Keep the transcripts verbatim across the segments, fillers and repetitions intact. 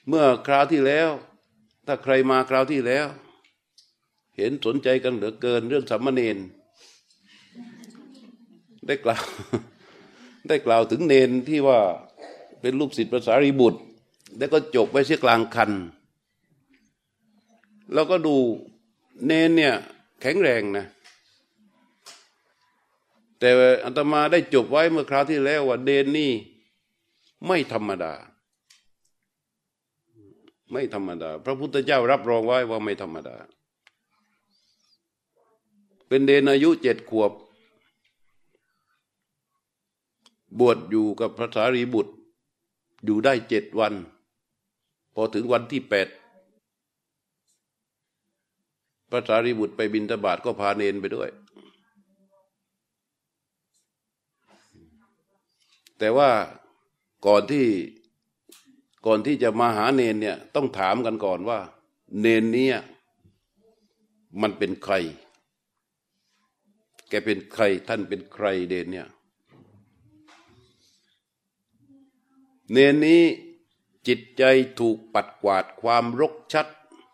เมื่อคราวที่แล้วถ้าใครมาคราวที่แล้วเห็นสนใจกันเหลือเกินเรื่องสามเณรได้กล่าวได้กล่าวถึงเนนที่ว่าเป็นลูกศิษย์พระสารีบุตรแล้วก็จบไว้เสียกลางคันแล้วก็ดูเนนเนี่ยแข็งแรงนะแต่อาตมาได้จบไว้เมื่อคราวที่แล้วว่าเนนนี่ไม่ธรรมดาไม่ธรรมดาพระพุทธเจ้ารับรองไว้ว่าไม่ธรรมดาเป็นเนนอายุเจ็ดขวบบวชอยู่กับพระสารีบุตรอยู่ได้เจ็ดวันพอถึงวันที่แปดพระสารีบุตรไปบิณฑบาตก็พาเนนไปด้วยแต่ว่าก่อนที่ก่อนที่จะมาหาเนนเนี่ยต้องถามกันก่อนว่าเนนนี้มันเป็นใครแกเป็นใครท่านเป็นใครเดนเนี่ยเนนนี้จิตใจถูกปัดกวาดความรกชัด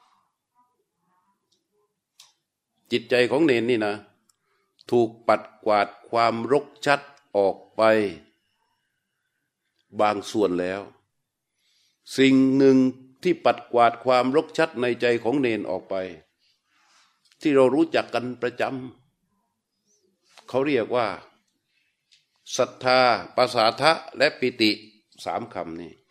จิตใจของเนนนี่นะถูกปัดกวาดความรกชัดออกไปบางส่วนแล้วสิ่งหนึ่งที่ปัดกวาดความรกชัดในใจของเนนออกไปที่เรารู้จักกันประจำเขาเรียกว่าศรัทธาประสาทะและปิติสามคำนี้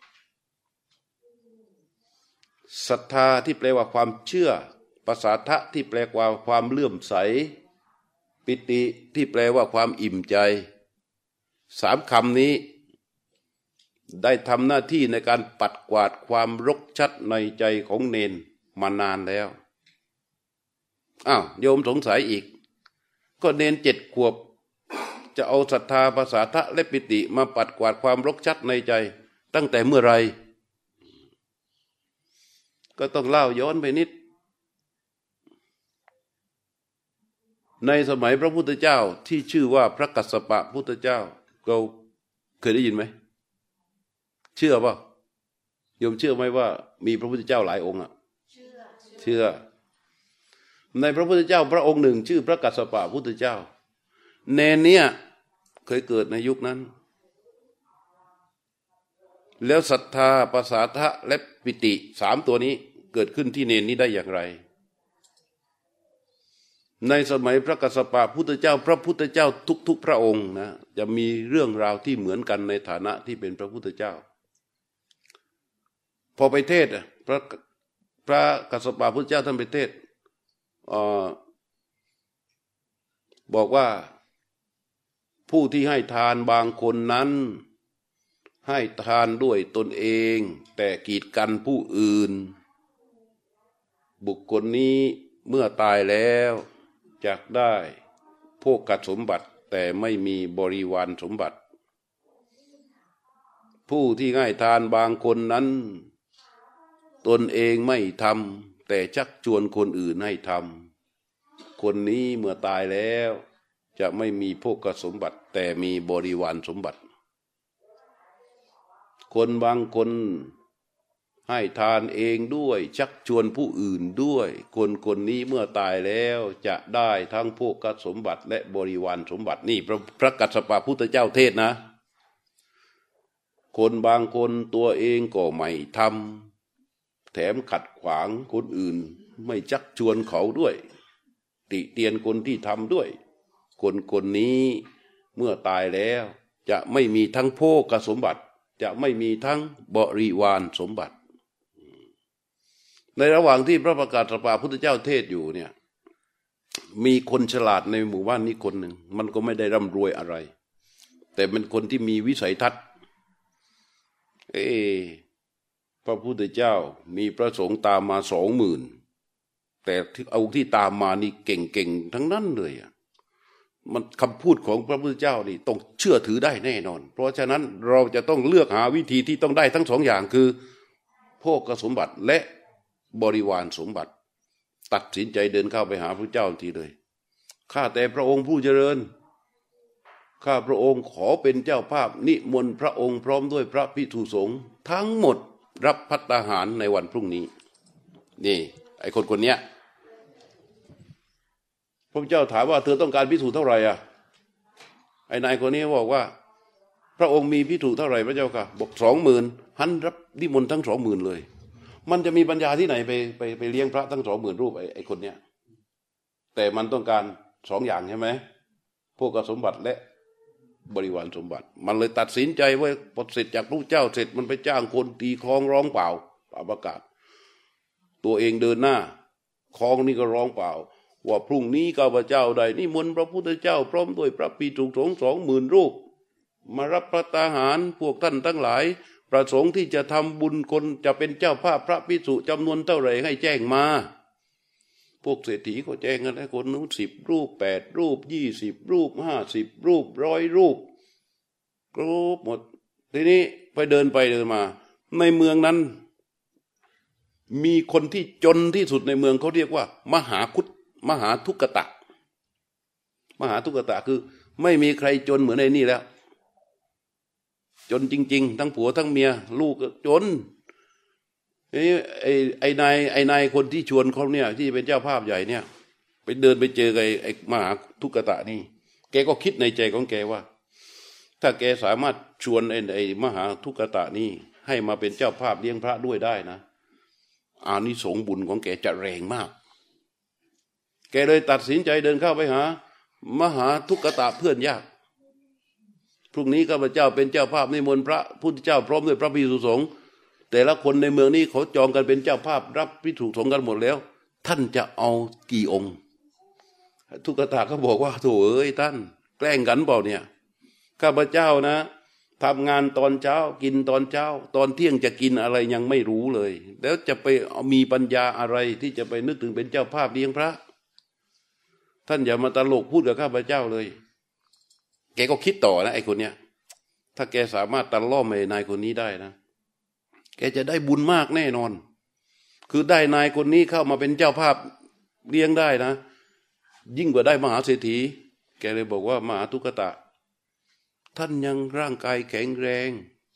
ศรัทธาที่แปลว่าความเชื่อประสาทะที่แปลว่าความเลื่อมใสปิติที่แปลว่าความอิ่มใจสามคำนี้ได้ทำหน้าที่ในการปัดกวาดความรกชัดในใจของเนนมานานแล้วอ้าวโยมสงสัยอีกก็เนนเจ็ดขวบจะเอาศรัทธาภาษาทะและปิติมาปัดกวาดความรกชัดในใจตั้งแต่เมื่อไรก็ต้องเล่าย้อนไปนิดในสมัยพระพุทธเจ้าที่ชื่อว่าพระกัสสปะพุทธเจ้าเราเคยได้ยินไหมเชื่อป่ะโยมเชื่อไหมว่ามีพระพุทธเจ้าหลายองค์อ่ะเชื่อเชื่อในพระพุทธเจ้าพระองค์หนึ่งชื่อพระกัสสปะพุทธเจ้าเนนเนี่ยเคยเกิดในยุคนั้นแล้วศรัทธาประสาทะและปิติสามตัวนี้เกิดขึ้นที่เนนนี้ได้อย่างไรในสมัยพระกัสสปะพุทธเจ้าพระพุทธเจ้าทุกๆพระองค์นะจะมีเรื่องราวที่เหมือนกันในฐานะที่เป็นพระพุทธเจ้าพอไปเทศพระพระกัสสปะพุทธเจ้าท่านไปเทศบอกว่าผู้ที่ให้ทานบางคนนั้นให้ทานด้วยตนเองแต่กีดกันผู้อื่นบุคคลนี้เมื่อตายแล้วจักได้โภคสมบัติแต่ไม่มีบริวารสมบัติผู้ที่ให้ทานบางคนนั้นตนเองไม่ทำแต่ชักชวนคนอื่นให้ทำคนนี้เมื่อตายแล้วจะไม่มีโภคสมบัติแต่มีบริวารสมบัติคนบางคนให้ทานเองด้วยชักชวนผู้อื่นด้วยคนคนนี้เมื่อตายแล้วจะได้ทั้งโภคสมบัติและบริวารสมบัตินี่พระพระกัสสปะพุทธเจ้าเทศนะคนบางคนตัวเองก็ไม่ทำแถมขัดขวางคนอื่นไม่ชักชวนเขาด้วยติเตียนคนที่ทำด้วยคนคนนี้เมื่อตายแล้วจะไม่มีทั้งโภคสมบัติจะไม่มีทั้งบริวารสมบัติในระหว่างที่พระประกาศปาพุทธเจ้าเทศอยู่เนี่ยมีคนฉลาดในหมู่บ้านนี้คนหนึ่งมันก็ไม่ได้ร่ำรวยอะไรแต่เป็นคนที่มีวิสัยทัศน์เอพระพุทธเจ้ามีพระสงฆ์ตามมาสองหมื่นแต่เอาที่ตามมานี่เก่งๆทั้งนั้นเลยอ่ะมันคำพูดของพระพุทธเจ้านี่ต้องเชื่อถือได้แน่นอนเพราะฉะนั้นเราจะต้องเลือกหาวิธีที่ต้องได้ทั้งสองอย่างคือโภคสมบัติและบริวารสมบัติตัดสินใจเดินเข้าไปหาพระเจ้าทีเลยข้าแต่พระองค์ผู้เจริญข้าพระองค์ขอเป็นเจ้าภาพนิมนต์พระองค์พร้อมด้วยพระภิกษุสงฆ์ทั้งหมดรับภัตตาหารในวันพรุ่งนี้นี่ไอ้คนคนเนี้ยพระเจ้าถามว่าเธอต้องการภิกษุเท่าไหร่อ่ะไอ้นายคนนี้บอกว่าพระองค์มีภิกษุเท่าไหร่พระเจ้าค่ะบอกสองหมื่นหันรับนิมนต์ทั้งสองหมื่นเลยมันจะมีปัญญาที่ไหนไปไปไปเลี้ยงพระทั้งสองหมื่นรูปไอ้ไอ้คนเนี้ยแต่มันต้องการสองอย่างใช่ไหมพวกสมบัติและบริวารสมบัติมันเลยตัดสินใจว่าพอเสร็จจากพระเจ้าเสร็จมันไปจ้างคนตีคล้องร้องเปล่าเปล่าประกาศตัวเองเดินหน้าคล้องนี่ก็ร้องเปล่าว่าพรุ่งนี้ข้าพเจ้าได้นิมนต์พระพุทธเจ้าพร้อมด้วยพระภิกษุสงฆ์สองหมื่นรูปมารับพระตาหารพวกท่านทั้งหลายประสงค์ที่จะทำบุญคนจะเป็นเจ้าภาพพระภิกษุจำนวนเท่าไหร่ให้แจ้งมาพวกเศรษฐีก็แจ้งกันแล้วคนนู้นสิบรูปแปดรูปยี่สิบรูปห้าสิบรูปร้อยรูปรูปหมดทีนี้ไปเดินไปเดินมาในเมืองนั้นมีคนที่จนที่สุดในเมืองเขาเรียกว่ามหาคุตมหาทุกตะมหาทุกตะคือไม่มีใครจนเหมือนในนี่แล้วจนจริงๆทั้งผัวทั้งเมียลูกก็จนไอ้ไอ้ไอ้นายไอ้นายคนที่ชวนเขาเนี่ยที่เป็นเจ้าภาพใหญ่เนี่ยไปเดินไปเจอไอ้ไอ้มหาทุกตะนี่แกก็คิดในใจของแกว่าถ้าแกสามารถชวนไอ้ไอ้มหาทุกตะนี่ให้มาเป็นเจ้าภาพเลี้ยงพระด้วยได้นะอานิสงส์บุญของแกจะแรงมากแกเลยตัดสินใจเดินเข้าไปหามหาทุกตะเพื่อนยากพรุ่งนี้ข้าพเจ้าเป็นเจ้าภาพนิมนต์พระพุทธเจ้าพร้อมด้วยพระภิกษุสงฆ์แต่ละคนในเมืองนี้เขาจองกันเป็นเจ้าภาพรับภิกษุสงฆ์กันหมดแล้วท่านจะเอากี่องค์ทุกตะก็บอกว่าโถเอ้ยท่านแกล้งกันเปล่าเนี่ยข้าพเจ้านะทำงานตอนเช้ากินตอนเช้าตอนเที่ยงจะกินอะไรยังไม่รู้เลยแล้วจะไปมีปัญญาอะไรที่จะไปนึกถึงเป็นเจ้าภาพเลี้ยงพระท่านอย่ามาตลกพูดกับข้าพเจ้าเลยแกก็คิดต่อนะไอ้คนเนี้ยถ้าแกสามารถตะล่อมไอ้นายคนนี้ได้นะแกจะได้บุญมากแน่นอนคือได้นายคนนี้เข้ามาเป็นเจ้าภาพเลี้ยงได้นะยิ่งกว่าได้มหาเศรษฐีแกเลยบอกว่ามหาทุกตะท่านยังร่างกายแข็งแรง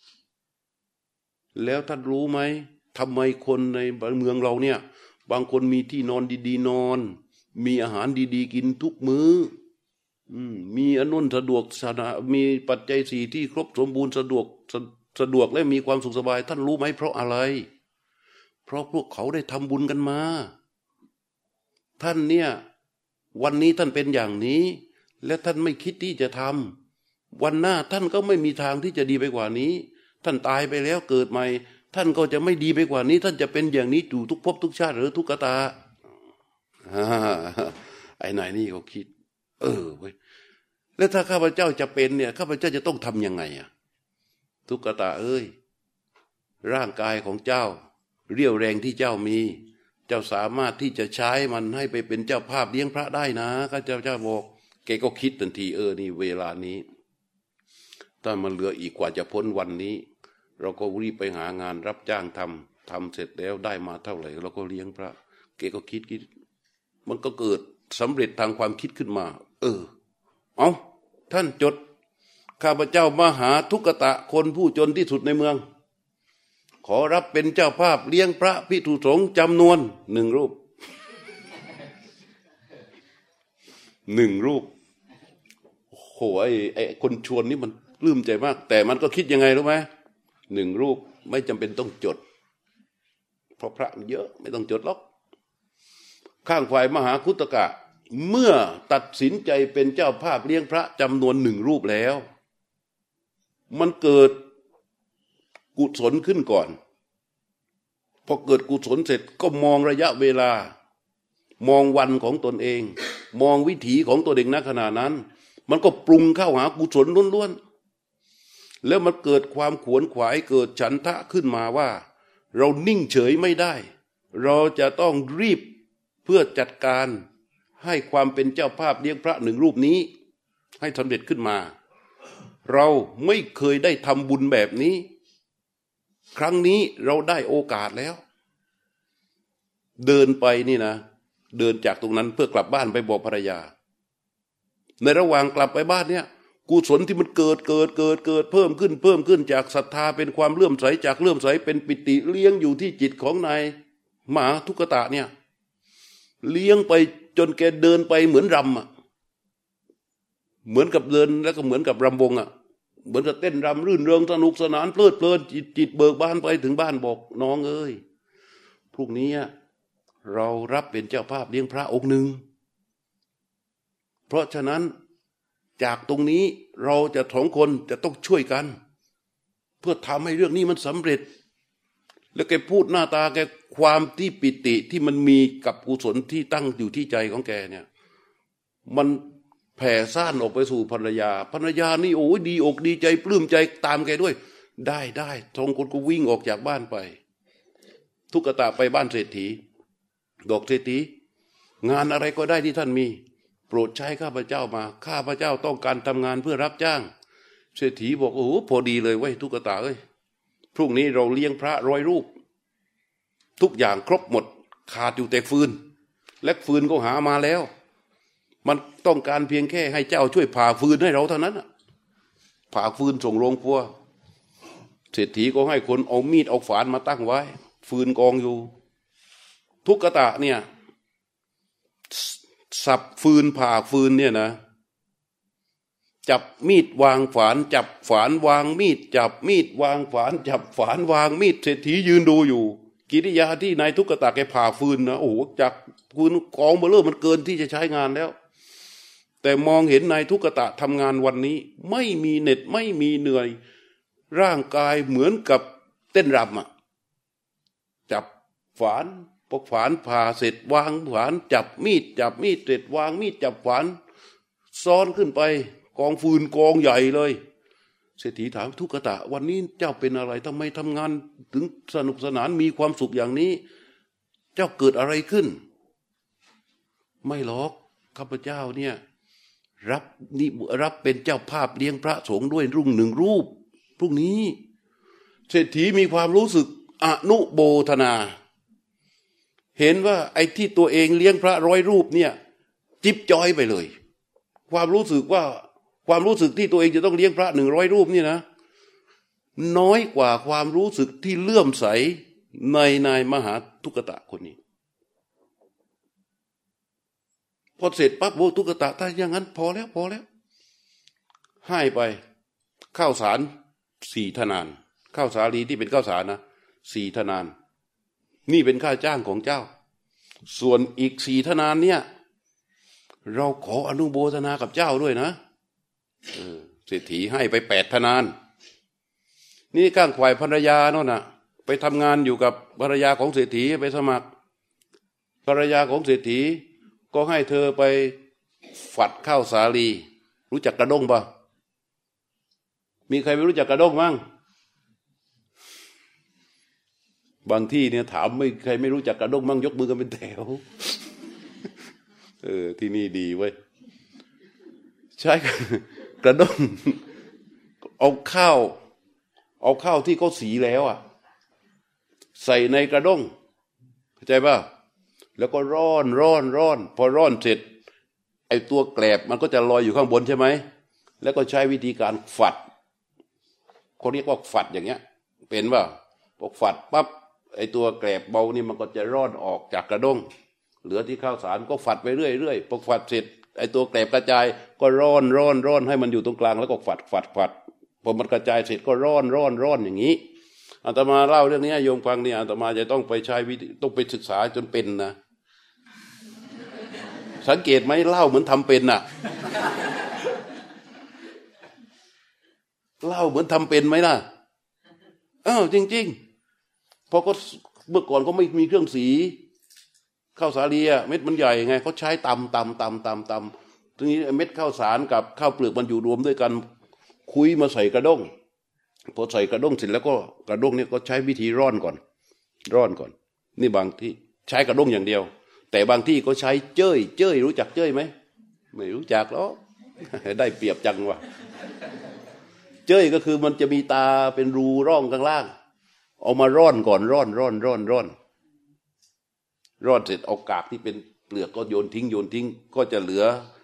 แล้วท่านรู้ไหมทำไมคนในเมืองเราเนี่ยบางคนมีที่นอนดีๆนอนมีอาหารดีๆกินทุกมื้อมีอนุนสะดวกมีปัจจัยสี่ที่ครบสมบูรณ์สะดวกสะดวกและมีความสุขสบายท่านรู้ไหมเพราะอะไรเพราะพวกเขาได้ทำบุญกันมาท่านเนี่ยวันนี้ท่านเป็นอย่างนี้และท่านไม่คิดที่จะทำวันหน้าท่านก็ไม่มีทางที่จะดีไปกว่านี้ท่านตายไปแล้วเกิดใหม่ท่านก็จะไม่ดีไปกว่านี้ท่านจะเป็นอย่างนี้อยู่ทุกภพทุกชาติหรือทุกกตาไอ้นายนี่เขาคิดเออเว้ยแล้วถ้าข้าพเจ้าจะเป็นเนี่ยข้าพเจ้าจะต้องทำยังไงอ่ะทุกกตาเอ้ยร่างกายของเจ้าเรี่ยวแรงที่เจ้ามีเจ้าสามารถที่จะใช้มันให้ไปเป็นเจ้าภาพเลี้ยงพระได้นะข้าเจ้าเจ้าบอกแกก็คิดทันทีเออนี่เวลานี้ถ้ามันเหลืออีกกว่าจะพ้นวันนี้เราก็รีบไปหางานรับจ้างทำทำเสร็จแล้วได้มาเท่าไหร่เราก็เลี้ยงพระแกก็คิดคิดมันก็เกิดสำเร็จทางความคิดขึ้นมาเออเอาท่านจดข้าพเจ้ามหาทุกตะคนผู้จนที่สุดในเมืองขอรับเป็นเจ้าภาพเลี้ยงพระภิกษุสงฆ์จำนวนหนึ่งรูปหนึ่งรูปโอ้โหไอ้ไอ้คนชวนนี่มันปลื้มใจมากแต่มันก็คิดยังไงรู้ไหมหนึ่งรูปไม่จำเป็นต้องจดเพราะพระเยอะไม่ต้องจดหรอกข้างฝ่ายมหาคุตกะเมื่อตัดสินใจเป็นเจ้าภาพเลี้ยงพระจำนวนหนึ่งรูปแล้วมันเกิดกุศลขึ้นก่อนพอเกิดกุศลเสร็จก็มองระยะเวลามองวันของตนเองมองวิถีของตัวเองณขณะนั้นมันก็ปรุงเข้าหากุศลล้วนๆแล้วมันเกิดความขวนขวายเกิดฉันทะขึ้นมาว่าเรานิ่งเฉยไม่ได้เราจะต้องรีบเพื่อจัดการให้ความเป็นเจ้าภาพเลี้ยงพระหนึ่งรูปนี้ให้สำเร็จขึ้นมาเราไม่เคยได้ทำบุญแบบนี้ครั้งนี้เราได้โอกาสแล้วเดินไปนี่นะเดินจากตรงนั้นเพื่อกลับบ้านไปบอกภรรยาในระหว่างกลับไปบ้านเนี่ยกุศลที่มันเกิดเกิดเกิดเกิดเพิ่มขึ้นเพิ่มขึ้นจากศรัทธาเป็นความเลื่อมใสจากเลื่อมใสเป็นปิติเลี้ยงอยู่ที่จิตของนายมหาทุกขตะเนี่ยเลี้ยงไปจนแกเดินไปเหมือนรำอ่ะเหมือนกับเดินแล้วก็เหมือนกับรำวงอ่ะเหมือนกับเต้นรำรื่นเริงสนุกสนานเพลิดเพลินจิตจิตเบิกบานไปถึงบ้านบอกน้องเอ้ยพรุ่งนี้เรารับเป็นเจ้าภาพเลี้ยงพระองค์หนึ่งเพราะฉะนั้นจากตรงนี้เราจะสองคนจะต้องช่วยกันเพื่อทำให้เรื่องนี้มันสำเร็จแล้วแกพูดหน้าตาแกความที่ปิติที่มันมีกับกุศลที่ตั้งอยู่ที่ใจของแกเนี่ยมันแผ่ซ่านออกไปสู่ภรรยาภรรยานี่โอ้ยดีอกดีใจปลื้มใจตามแกด้วยได้ได้สองคนก็วิ่งออกจากบ้านไปทุกขตะไปบ้านเศรษฐีบอกเศรษฐีงานอะไรก็ได้ที่ท่านมีโปรดใช้ข้าพเจ้ามาข้าพเจ้าต้องการทำงานเพื่อรับจ้างเศรษฐีบอกโอ้โหพอดีเลยเว้ยทุกขตะเอ้ยพรุ่งนี้เราเลี้ยงพระร้อยรูปทุกอย่างครบหมดขาดอยู่แต่ฟืนและฟืนก็หามาแล้วมันต้องการเพียงแค่ให้เจ้าช่วยผ่าฟืนให้เราเท่านั้นผ่าฟืนส่งโรงครัวเศรษฐีก็ให้คนเอามีดเอาฝานมาตั้งไว้ฟืนกองอยู่ทุกขตะเนี่ยสับฟืนผ่าฟืนเนี่ยนะจับมีดวางฝานจับฝานวางมีดจับมีดวางฝานจับฝานวางมีดเศรษฐียืนดูอยู่กิริยาที่นายทุกขตะแกผ่าฟืนนะโอ้โหจากฟืนกองเบลอมันเกินที่จะใช้งานแล้วแต่มองเห็นนายทุกขตะทำงานวันนี้ไม่มีเหน็ดไม่มีเหนื่อยร่างกายเหมือนกับเต้นรำอ่ะจับฝานปกฝานผ่าเสร็จวางฝานจับมีดจับมีดเสร็จวางมีดจับฝานซ้อนขึ้นไปกองฟืนกองใหญ่เลยเศรษฐีถามทุกขตะวันนี้เจ้าเป็นอะไรทำไมทำงานถึงสนุกสนานมีความสุขอย่างนี้เจ้าเกิดอะไรขึ้นไม่หรอกข้าพเจ้าเนี่ยรับนี่รับเป็นเจ้าภาพเลี้ยงพระสงฆ์ด้วยรุ่งหนึ่งรูปพรุ่งนี้เศรษฐีมีความรู้สึกอนุโมทนาเห็นว่าไอ้ที่ตัวเองเลี้ยงพระร้อยรูปเนี่ยจิ๊บจอยไปเลยความรู้สึกว่าความรู้สึกที่ตัวเองจะต้องเลี้ยงพระหนึ่งร้อยรูปนี่นะน้อยกว่าความรู้สึกที่เลื่อมใสในนายมหาทุกขตะคนนี้พอเสร็จปั๊บโอ้ทุกขตะถ้าอย่างนั้นพอแล้วพอแล้วให้ไปข้าวสารสี่ธนานข้าวสาลีที่เป็นข้าวสารนะสี่ธนานนี่เป็นค่าจ้างของเจ้าส่วนอีกสี่ธนานเนี่ยเราขออนุโมทนากับเจ้าด้วยนะเออเศรษฐีให้ไปแปดธนานนี่ข้างฝ่ายภรรยาโน่นน่ะไปทำงานอยู่กับภรรยาของเศรษฐีไปสมัครภรรยาของเศรษฐีก็ให้เธอไปฝัดข้าวสาลีรู้จักกระด้งปะมีใครไม่รู้จักกระด้งมั้งบางที่เนี่ยถามไม่ใครไม่รู้จักกระด้งมั่งยกมือกันเป็นแถวเออที่นี่ดีเว้ยใช่กระด้งเอาข้าวเอาข้าวที่เขาสีแล้วอ่ะใส่ในกระด้งเข้าใจป่ะแล้วก็ร่อนร่อนร่อนพอร่อนเสร็จไอ้ตัวแกลบมันก็จะลอยอยู่ข้างบนใช่ไหมแล้วก็ใช้วิธีการฝัดเขาเรียกว่าฝัดอย่างเงี้ยเป็นป่ะพอฝัดปั๊บไอ้ตัวแกลบเบานี่มันก็จะร่อนออกจากกระด้งเหลือที่ข้าวสารก็ฝัดไปเรื่อยเรื่อยพอฝัดเสร็จไอ้ตัวแกลบกระจายก็ร่อนร่อนร่อนให้มันอยู่ตรงกลางแล้วก็ฝัดฝัดฝัดพอมันกระจายเสร็จก็ร่อนร่อนร่อนอย่างนี้อาตมาเล่าเรื่องนี้โยมฟังเนี่ยอาตมาจะต้องไปใช้วิธีต้องไปศึกษาจนเป็นนะสังเกตไหมเล่าเหมือนทำเป็นน่ะเล่าเหมือนทำเป็นไหมล่ะเออจริงๆเพราะก็เมื่อก่อนก็ไม่มีเครื่องสีข้าวสาลีอะเม็ดมันใหญ่ไงเขาใช้ตำตำตำตำตำทีนี้เม็ดข้าวสารกับข้าวเปลือกมันอยู่รวมด้วยกันคุยมาใส่กระด้งพอใส่กระด้งเสร็จแล้วก็กระด้งเนี่ยก็ใช้วิธีร่อนก่อนร่อนก่อนนี่บางที่ใช้กระด้งอย่างเดียวแต่บางที่ก็ใช้เจ้ยเจ้ยรู้จักเจ้ยไหมไม่รู้จักหรอกได้เปรียบจังวะเจ้ยก็คือมันจะมีตาเป็นรูร่องข้างล่างเอามาร่อนก่อนร่อนร่อนร่อนร่อนร่อนเสร็จเอากากที่เป็นเปลือกก็โยนทิ้งโยนทิ้งก็จะเหลือ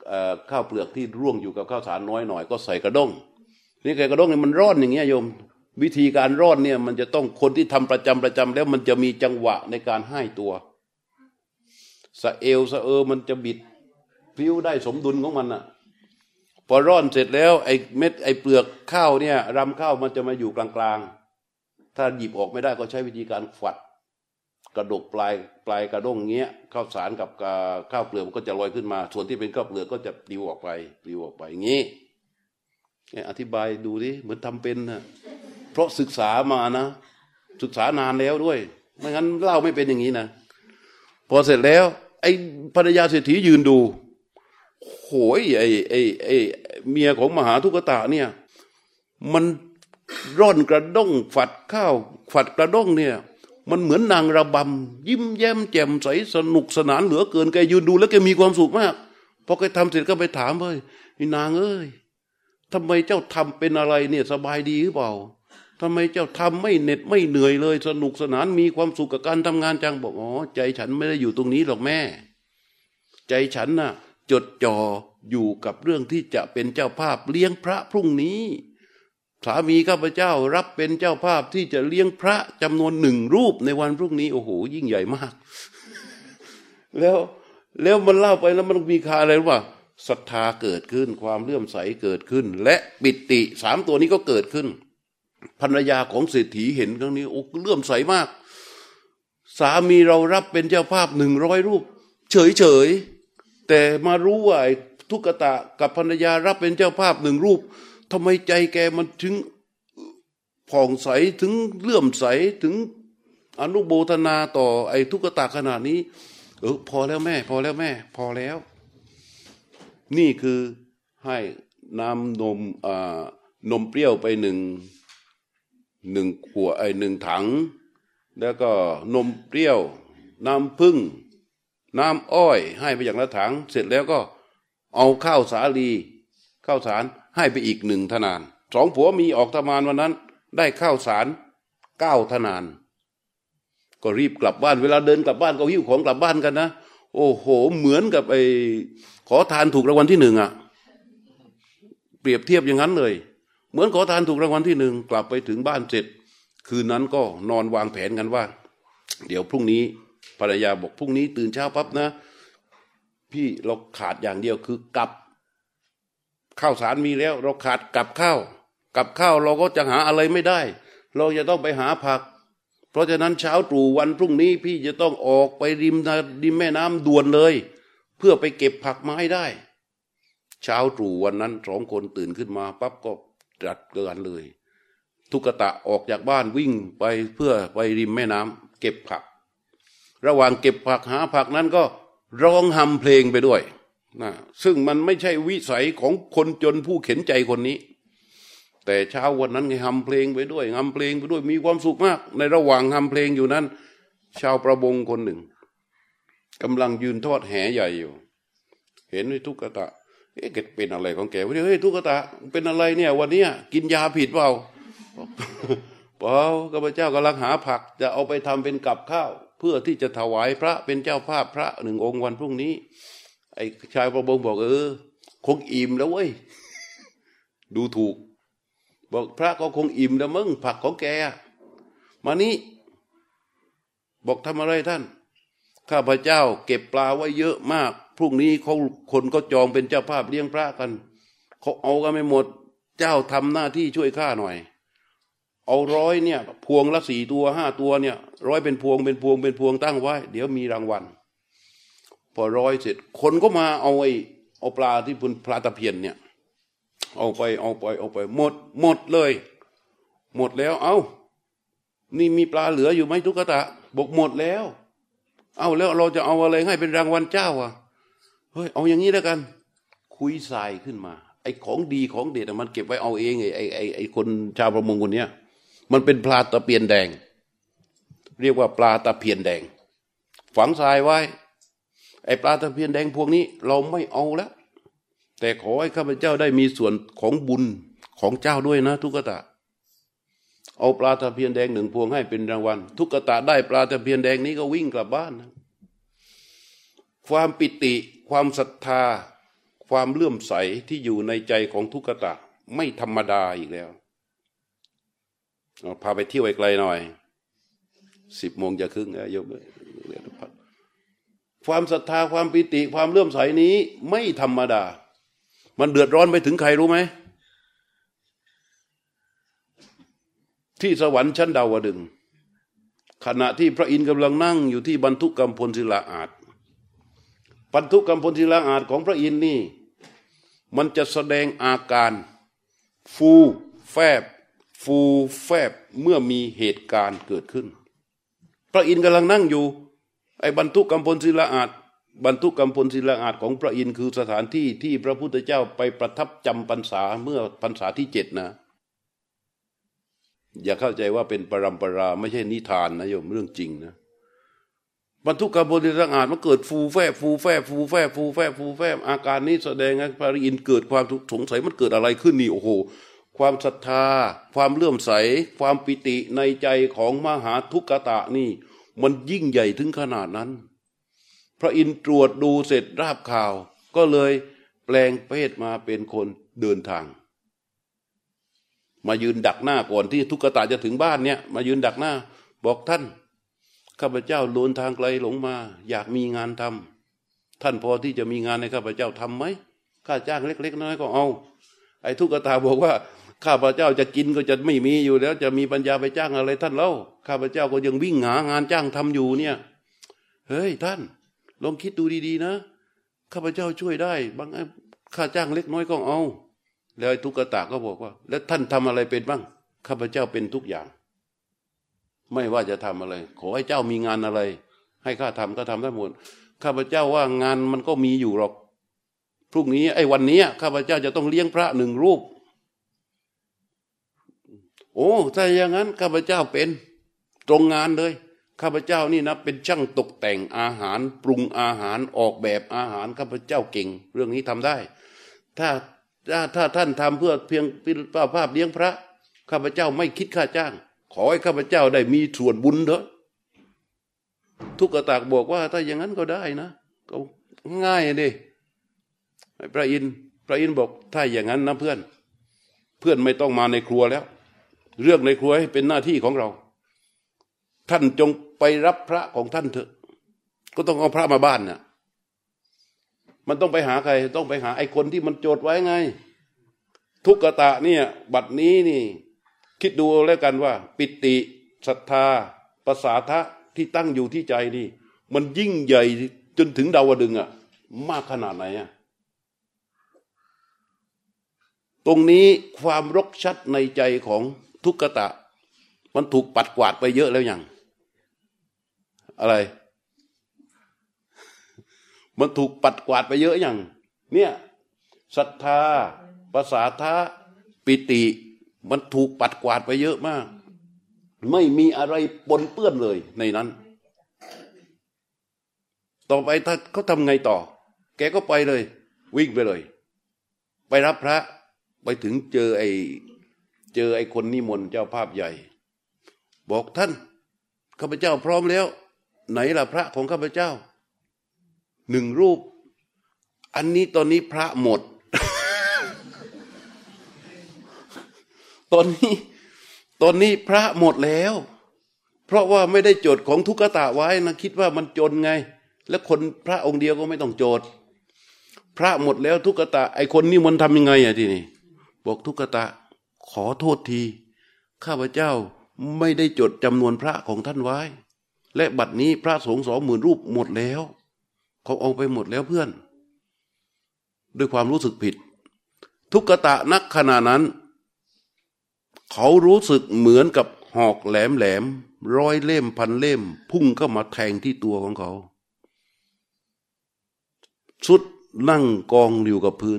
ข้าวเปลือกที่ร่วงอยู่กับข้าวสารน้อยหน่อยก็ใส่กระด้งนี่ไก่กระด้งเนี่ยมันร่อนอย่างเงี้ยโยมวิธีการร่อนเนี่ยมันจะต้องคนที่ทำประจำประจำแล้วมันจะมีจังหวะในการให้ตัวสะเอวสะเออมันจะบิดพิ้วได้สมดุลของมันอ่ะพอร่อนเสร็จแล้วไอ้เม็ดไอ้เปลือกข้าวเนี่ยรำข้าวมันจะมาอยู่กลางๆถ้าหยิบออกไม่ได้ก็ใช้วิธีการฝัดกระดกปลายปลายกระด้งเงี้ยข้าวสารกับข้าวเปลือกมันก็จะลอยขึ้นมาส่วนที่เป็นข้าวเปลือกก็จะปลิวออกไปปลิวออกไปอย่างงี้อธิบายดูดิเหมือนทำเป็นนะเพราะศึกษามานะศึกษานานแล้วด้วยไม่งั้นเล่าไม่เป็นอย่างนี้นะพอเสร็จแล้วไอ้ภรรยาเศรษฐียืนดูโหยไอ้ไอ้ไอ้เมียของมหาทุกตะเนี่ยมันร่อนกระด้งฝัดข้าวฝัดกระด้งเนี่ยมันเหมือนนางระบำยิ้มแย้มแจ่มใสสนุกสนานเหลือเกินแกยืนดูแล้วแกมีความสุขมากพอแกทำเสร็จก็ไปถามเลยนางเอ้ยทำไมเจ้าทำเป็นอะไรเนี่ยสบายดีหรือเปล่าทำไมเจ้าทำไม่เหน็ดไม่เหนื่อยเลยสนุกสนานมีความสุขกับการทำงานจังบอกอ๋อใจฉันไม่ได้อยู่ตรงนี้หรอกแม่ใจฉันน่ะจดจ่ออยู่กับเรื่องที่จะเป็นเจ้าภาพเลี้ยงพระพรุ่งนี้สามีข้าพเจ้ารับเป็นเจ้าภาพที่จะเลี้ยงพระจำนวนหนึ่งรูปในวันพรุ่งนี้โอ้โหยิ่งใหญ่มากแล้วแล้วมันเล่าไปแล้วมันมีค่าอะไรรู้ป่ะศรัทธาเกิดขึ้นความเลื่อมใสเกิดขึ้นและปิติสามตัวนี้ก็เกิดขึ้นภรรยาของเศรษฐีเห็นครั้งนี้โอ้เลื่อมใสมากสามีเรารับเป็นเจ้าภาพหนึ่งร้อยรูปเฉยเฉยแต่มารู้ว่าทุกตะกับภรรยารับเป็นเจ้าภาพหนึ่งรูปทำไมใจแกมันถึงผ่องใสถึงเลื่อมใสถึงอนุโมทนาต่อไอ้ทุกตะขนาดนี้เออพอแล้วแม่พอแล้วแม่พอแล้วนี่คือให้น้ำนมอ่านมเปรี้ยวไปหนึ่งหนึ่งขวดไอ้หนึ่งถังแล้วก็นมเปรี้ยวน้ำผึ้งน้ำอ้อยให้ไปอย่างละถังเสร็จแล้วก็เอาข้าวสาลีข้าวสารให้ไปอีกหนึ่งทนานสองผัวมีออกทำงานวันนั้นได้ข้าวสารเก้าทนานก็รีบกลับบ้านเวลาเดินกลับบ้านก็หิ้วของกลับบ้านกันนะโอ้โหเหมือนกับไอ้ขอทานถูกรางวัลที่หนึ่งอ่ะเปรียบเทียบอย่างนั้นเลยเหมือนขอทานถูกรางวัลที่หนึ่งกลับไปถึงบ้านเสร็จคืนนั้นก็นอนวางแผนกันว่าเดี๋ยวพรุ่งนี้ภรรยาบอกพรุ่งนี้ตื่นเช้าปั๊บนะพี่เราขาดอย่างเดียวคือกับข้าวสารมีแล้วเราขาดกับข้าวกับข้าวเราก็จะหาอะไรไม่ได้เราจะต้องไปหาผักเพราะฉะนั้นเช้าตรู่วันพรุ่งนี้พี่จะต้องออกไปริมริมแม่น้ำด่วนเลยเพื่อไปเก็บผักมาให้ได้เช้าตรู่วันนั้นสองคนตื่นขึ้นมาปั๊บก็จัดกันเลยทุกตะออกจากบ้านวิ่งไปเพื่อไปริมแม่น้ำเก็บผักระหว่างเก็บผักหาผักนั้นก็ร้องฮัมเพลงไปด้วยนะซึ่งมันไม่ใช่วิสัยของคนจนผู้เข็นใจคนนี้แต่เช้าวันนั้นไงฮัมเพลงไปด้วยฮัมเพลงไปด้วยมีความสุขมากในระหว่างฮัมเพลงอยู่นั้นชาวประมงคนหนึ่งกำลังยืนทอดแหใหญ่อยู่เห็นไอ้ทุกตะเอ๊ะแกเป็นอะไรของแกวะเนี่ยเฮ้ยทุกตะเป็นอะไรเนี่ยวันนี้กินยาผิดเปล่าเปล่าข้าพเจ้ากำลังหาผักจะเอาไปทำเป็นกับข้าวเพื่อที่จะถวายพระเป็นเจ้าภาพพระหนึ่งองค์วันพรุ่งนี้ไอ้ชายประมงบอกเออคงอิ่มแล้วเว้ยดูถูกบอกพระก็คงอิ่มแล้วมึงผักของแกมานี้บอกทำอะไรท่านข้าพเจ้าเก็บปลาไว้เยอะมากพรุ่งนี้เขาคนก็จองเป็นเจ้าภาพเลี้ยงพระกันเขาเอากันไม่หมดเจ้าทำหน้าที่ช่วยข้าหน่อยเอาร้อยเนี่ยพวงละสี่ตัวห้าตัวเนี่ยร้อยเป็นพวงเป็นพวงเป็นพวงตั้งไว้เดี๋ยวมีรางวัลพอร้อยเสร็จคนก็มาเอาไอ้เอาปลาที่เป็นปลาตะเพียนเนี่ยเอาไปเอาไปเอาไปหมดหมดเลยหมดแล้วเอานี่มีปลาเหลืออยู่ไหมทุกตะบอกหมดแล้วเอาแล้วเราจะเอาอะไรให้เป็นรางวัลเจ้าอ่ะเฮ้ยเอาอย่างนี้แล้วกันคุยทรายขึ้นมาไอ้ของดีของเด็ดมันเก็บไว้เอาเองไอ้ไอ้ไอ้ไอ้คนชาวประมงคนเนี้ยมันเป็นปลาตะเพียนแดงเรียกว่าปลาตะเพียนแดงฝังทรายไว้ไอ้ปลาตะเพียนแดงพวกนี้เราไม่เอาแล้วแต่ขอให้ข้าพเจ้าได้มีส่วนของบุญของเจ้าด้วยนะทุกตะเอาปลาตะเพียนแดงหนึ่งพวงให้เป็นรางวัลทุกตะได้ปลาตะเพียนแดงนี้ก็วิ่งกลับบ้านนะความปิติความศรัทธาคความเลื่อมใสที่อยู่ในใจของทุกขตะไม่ธรรมดาอีกแล้วพาไปเที่ยวไกลหน่อยสิบโมงจะครึ่งนะโยมความศรัทธาความปิติความเลื่อมใสนี้ไม่ธรรมดามันเดือดร้อนไปถึงใครรู้ไหมที่สวรรค์ชั้นดาวดึงส์ขณะที่พระอินทร์กำลังนั่งอยู่ที่บรรทุกกัมพลศิลาอาสน์บรรทุกกัมพลศิลาอาสน์ของพระอินทร์นี่มันจะแสดงอาการฟูแฟบฟูแฟบเมื่อมีเหตุการณ์เกิดขึ้นพระอินทร์กำลังนั่งอยู่ไอ้บรรทุกกัมพลศิลาอาสน์บรรทุกกัมพลศิลาอาสน์ของพระอินทร์คือสถานที่ที่พระพุทธเจ้าไปประทับจำพรรษาเมื่อพรรษาที่เจ็ดนะอย่าเข้าใจว่าเป็นปรัมปราไม่ใช่นิทานนะโยมเรื่องจริงนะบรรทุกกัมพลศิลาอาสน์มันเกิดฟูแฟบฟูแฟบฟูแฟบฟูแฟบฟูแฟบอาการนี้แสดงให้พระอินทร์เกิดความสงสัยมันเกิดอะไรขึ้นนี่โอ้โหความศรัทธาความเลื่อมใสความปิติในใจของมหาทุกขตะนี่มันยิ่งใหญ่ถึงขนาดนั้นพระอินทร์ตรวจดูเสร็จราบข่าวก็เลยแปลงเพศมาเป็นคนเดินทางมายืนดักหน้าก่อนที่ทุกขตะจะถึงบ้านเนี่ยมายืนดักหน้าบอกท่านข้าพเจ้าเดินทางไกลหลงมาอยากมีงานทำท่านพอที่จะมีงานให้ข้าพเจ้าทำไหมค่าจ้างเล็กๆน้อยๆก็เอาไอ้ทุกขตะบอกว่าข้าพเจ้าจะกินก็จะไม่มีอยู่แล้วจะมีปัญญาไปจ้างอะไรท่านเล่าข้าพเจ้าก็ยังวิ่งหางานจ้างทำอยู่เนี่ยเฮ้ยท่านลองคิดดูดีๆนะข้าพเจ้าช่วยได้บางค่าจ้างเล็กน้อยก็เอาแล้วไอ้ทุกขตะก็บอกว่าแล้วท่านทำอะไรเป็นบ้างข้าพเจ้าเป็นทุกอย่างไม่ว่าจะทำอะไรขอให้เจ้ามีงานอะไรให้ข้าทำก็ทำได้หมดข้าพเจ้าว่างานมันก็มีอยู่หรอกพรุ่งนี้ไอ้วันนี้ข้าพเจ้าจะต้องเลี้ยงพระหนึ่งรูปโอ้ถ้าอย่างนั้นข้าพเจ้าเป็นตรงงานเลยข้าพเจ้านี่นะเป็นช่างตกแต่งอาหารปรุงอาหารออกแบบอาหารข้าพเจ้าเก่งเรื่องนี้ทำได้ถ้าถ้าถ้าท่านทำเพื่อเพียงเพื่อภาพเลี้ยงพระข้าพเจ้าไม่คิดค่าจ้างขอให้ข้าพเจ้าได้มีส่วนบุญเถอะทุกขตะบอกว่าถ้าอย่างนั้นก็ได้นะก็ง่ายดิพระอินทร์พระอินทร์บอกถ้าอย่างนั้นนะเพื่อนเพื่อนไม่ต้องมาในครัวแล้วเรื่องในครัวให้เป็นหน้าที่ของเราท่านจงไปรับพระของท่านเถอะก็ต้องเอาพระมาบ้านน่ะมันต้องไปหาใครต้องไปหาไอ้คนที่มันโจทย์ไว้ไงทุกขตะเนี่ยบัดนี้นี่คิดดูแล้วกันว่าปิติศรัทธาประสาทะที่ตั้งอยู่ที่ใจนี่มันยิ่งใหญ่จนถึงดาวดึงส์อ่ะมากขนาดไหนอ่ะตรงนี้ความรกชัดในใจของทุกขตะมันถูกปัดกวาดไปเยอะแล้วยังอะไรมันถูกปัดกวาดไปเยอะยังเนี่ยศรัทธาประสาทะปิติมันถูกปัดกวาดไปเยอะมากไม่มีอะไรปนเปื้อนเลยในนั้นต่อไปถ้าเขาทำไงต่อแกก็ไปเลยวิ่งไปเลยไปรับพระไปถึงเจอไอ้เจอไอ้คนนิมนต์เจ้าภาพใหญ่บอกท่านข้าพเจ้าพร้อมแล้วไหนล่ะพระของข้าพเจ้าหนึ่งรูปอันนี้ตอนนี้พระหมด ตอนนี้ตอนนี้พระหมดแล้วเพราะว่าไม่ได้โจทย์ของทุกขตะไว้นะคิดว่ามันจนไงแล้วคนพระองค์เดียวก็ไม่ต้องโจทย์พระหมดแล้วทุกขตะไอ้คนนี้มันทำยังไงอ่ะทีนี้บอกทุกขตะขอโทษทีข้าพเจ้าไม่ได้จดจำนวนพระของท่านไว้และบัดนี้พระสงฆ์สองหมื่นรูปหมดแล้วเขาเอาไปหมดแล้วเพื่อนด้วยความรู้สึกผิดทุกขตะนักขณะนั้นเขารู้สึกเหมือนกับหอกแหลมแหลมร้อยเล่มพันเล่มพุ่งเข้ามาแทงที่ตัวของเขาสุดนั่งกองอยู่กับพื้น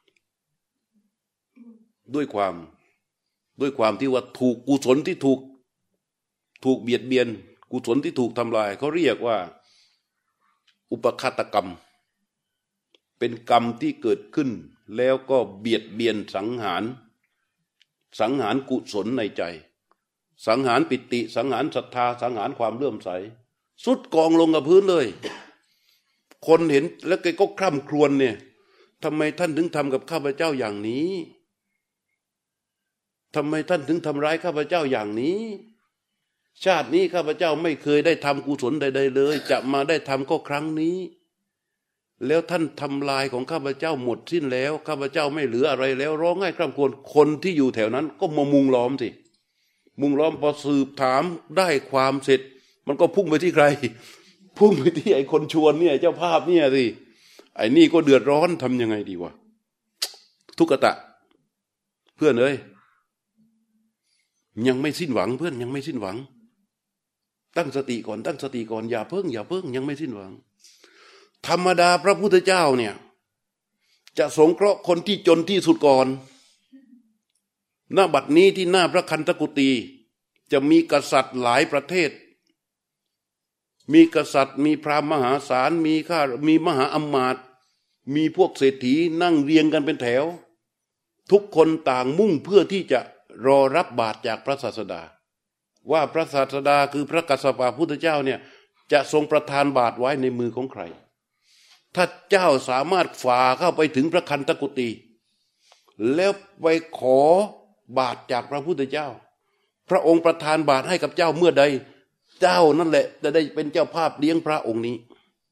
ด้วยความด้วยความที่ว่าถูกกุศลที่ถูกถูกเบียดเบียนกุศลที่ถูกทำลายเขาเรียกว่าอุปฆาตกรรมเป็นกรรมที่เกิดขึ้นแล้วก็เบียดเบียนสังหารสังหารกุศลในใจสังหารปิติสังหารศรัทธาสังหารความเลื่อมใสสุดกองลงกับพื้นเลยคนเห็นแล้วแกก็คร่ำครวญเนี่ยททำไมท่านถึงทำกับข้าพเจ้าอย่างนี้ทำไมท่านถึงทำร้ายข้าพเจ้าอย่างนี้ชาตินี้ข้าพเจ้าไม่เคยได้ทำกุศลใดๆเลยจะมาได้ทำก็ครั้งนี้แล้วท่านทำลายของข้าพเจ้าหมดสิ้นแล้วข้าพเจ้าไม่เหลืออะไรแล้วร้องไห้คร่ำครวญคนที่อยู่แถวนั้นก็มามุงล้อมสิมุงล้อมพอสืบถามได้ความเสร็จมันก็พุ่งไปที่ใครพุ่งไปที่ไอ้คนชวนเนี่ยเจ้าภาพเนี่ยสิไอ้นี่ก็เดือดร้อนทำยังไงดีวะทุกขตะเพื่อนเอ้ยยังไม่สิ้นหวังเพื่อนยังไม่สิ้นหวังตั้งสติก่อนตั้งสติก่อนอย่าเพิ่งอย่าเพิ่งยังไม่สิ้นหวังธรรมดาพระพุทธเจ้าเนี่ยจะสงเคราะห์คนที่จนที่สุดก่อนณบัดนี้ที่หน้าพระคันธกุฏีจะมีกษัตริย์หลายประเทศมีกษัตริย์มีพราหมณ์มหาศาลมีข้ามีมหาอมาตย์มีพวกเศรษฐีนั่งเรียงกันเป็นแถวทุกคนต่างมุ่งเพื่อที่จะรอรับบาตรจากพระศาสดาว่าพระศาสดาคือพระกัสสปะพุทธเจ้าเนี่ยจะทรงประทานบาตรไว้ในมือของใครถ้าเจ้าสามารถฝ่าเข้าไปถึงพระคันธกุฏีแล้วไปขอบาตรจากพระพุทธเจ้าพระองค์ประทานบาตรให้กับเจ้าเมื่อใดเจ้านั่นแหละจะได้เป็นเจ้าภาพเลี้ยงพระองค์นี้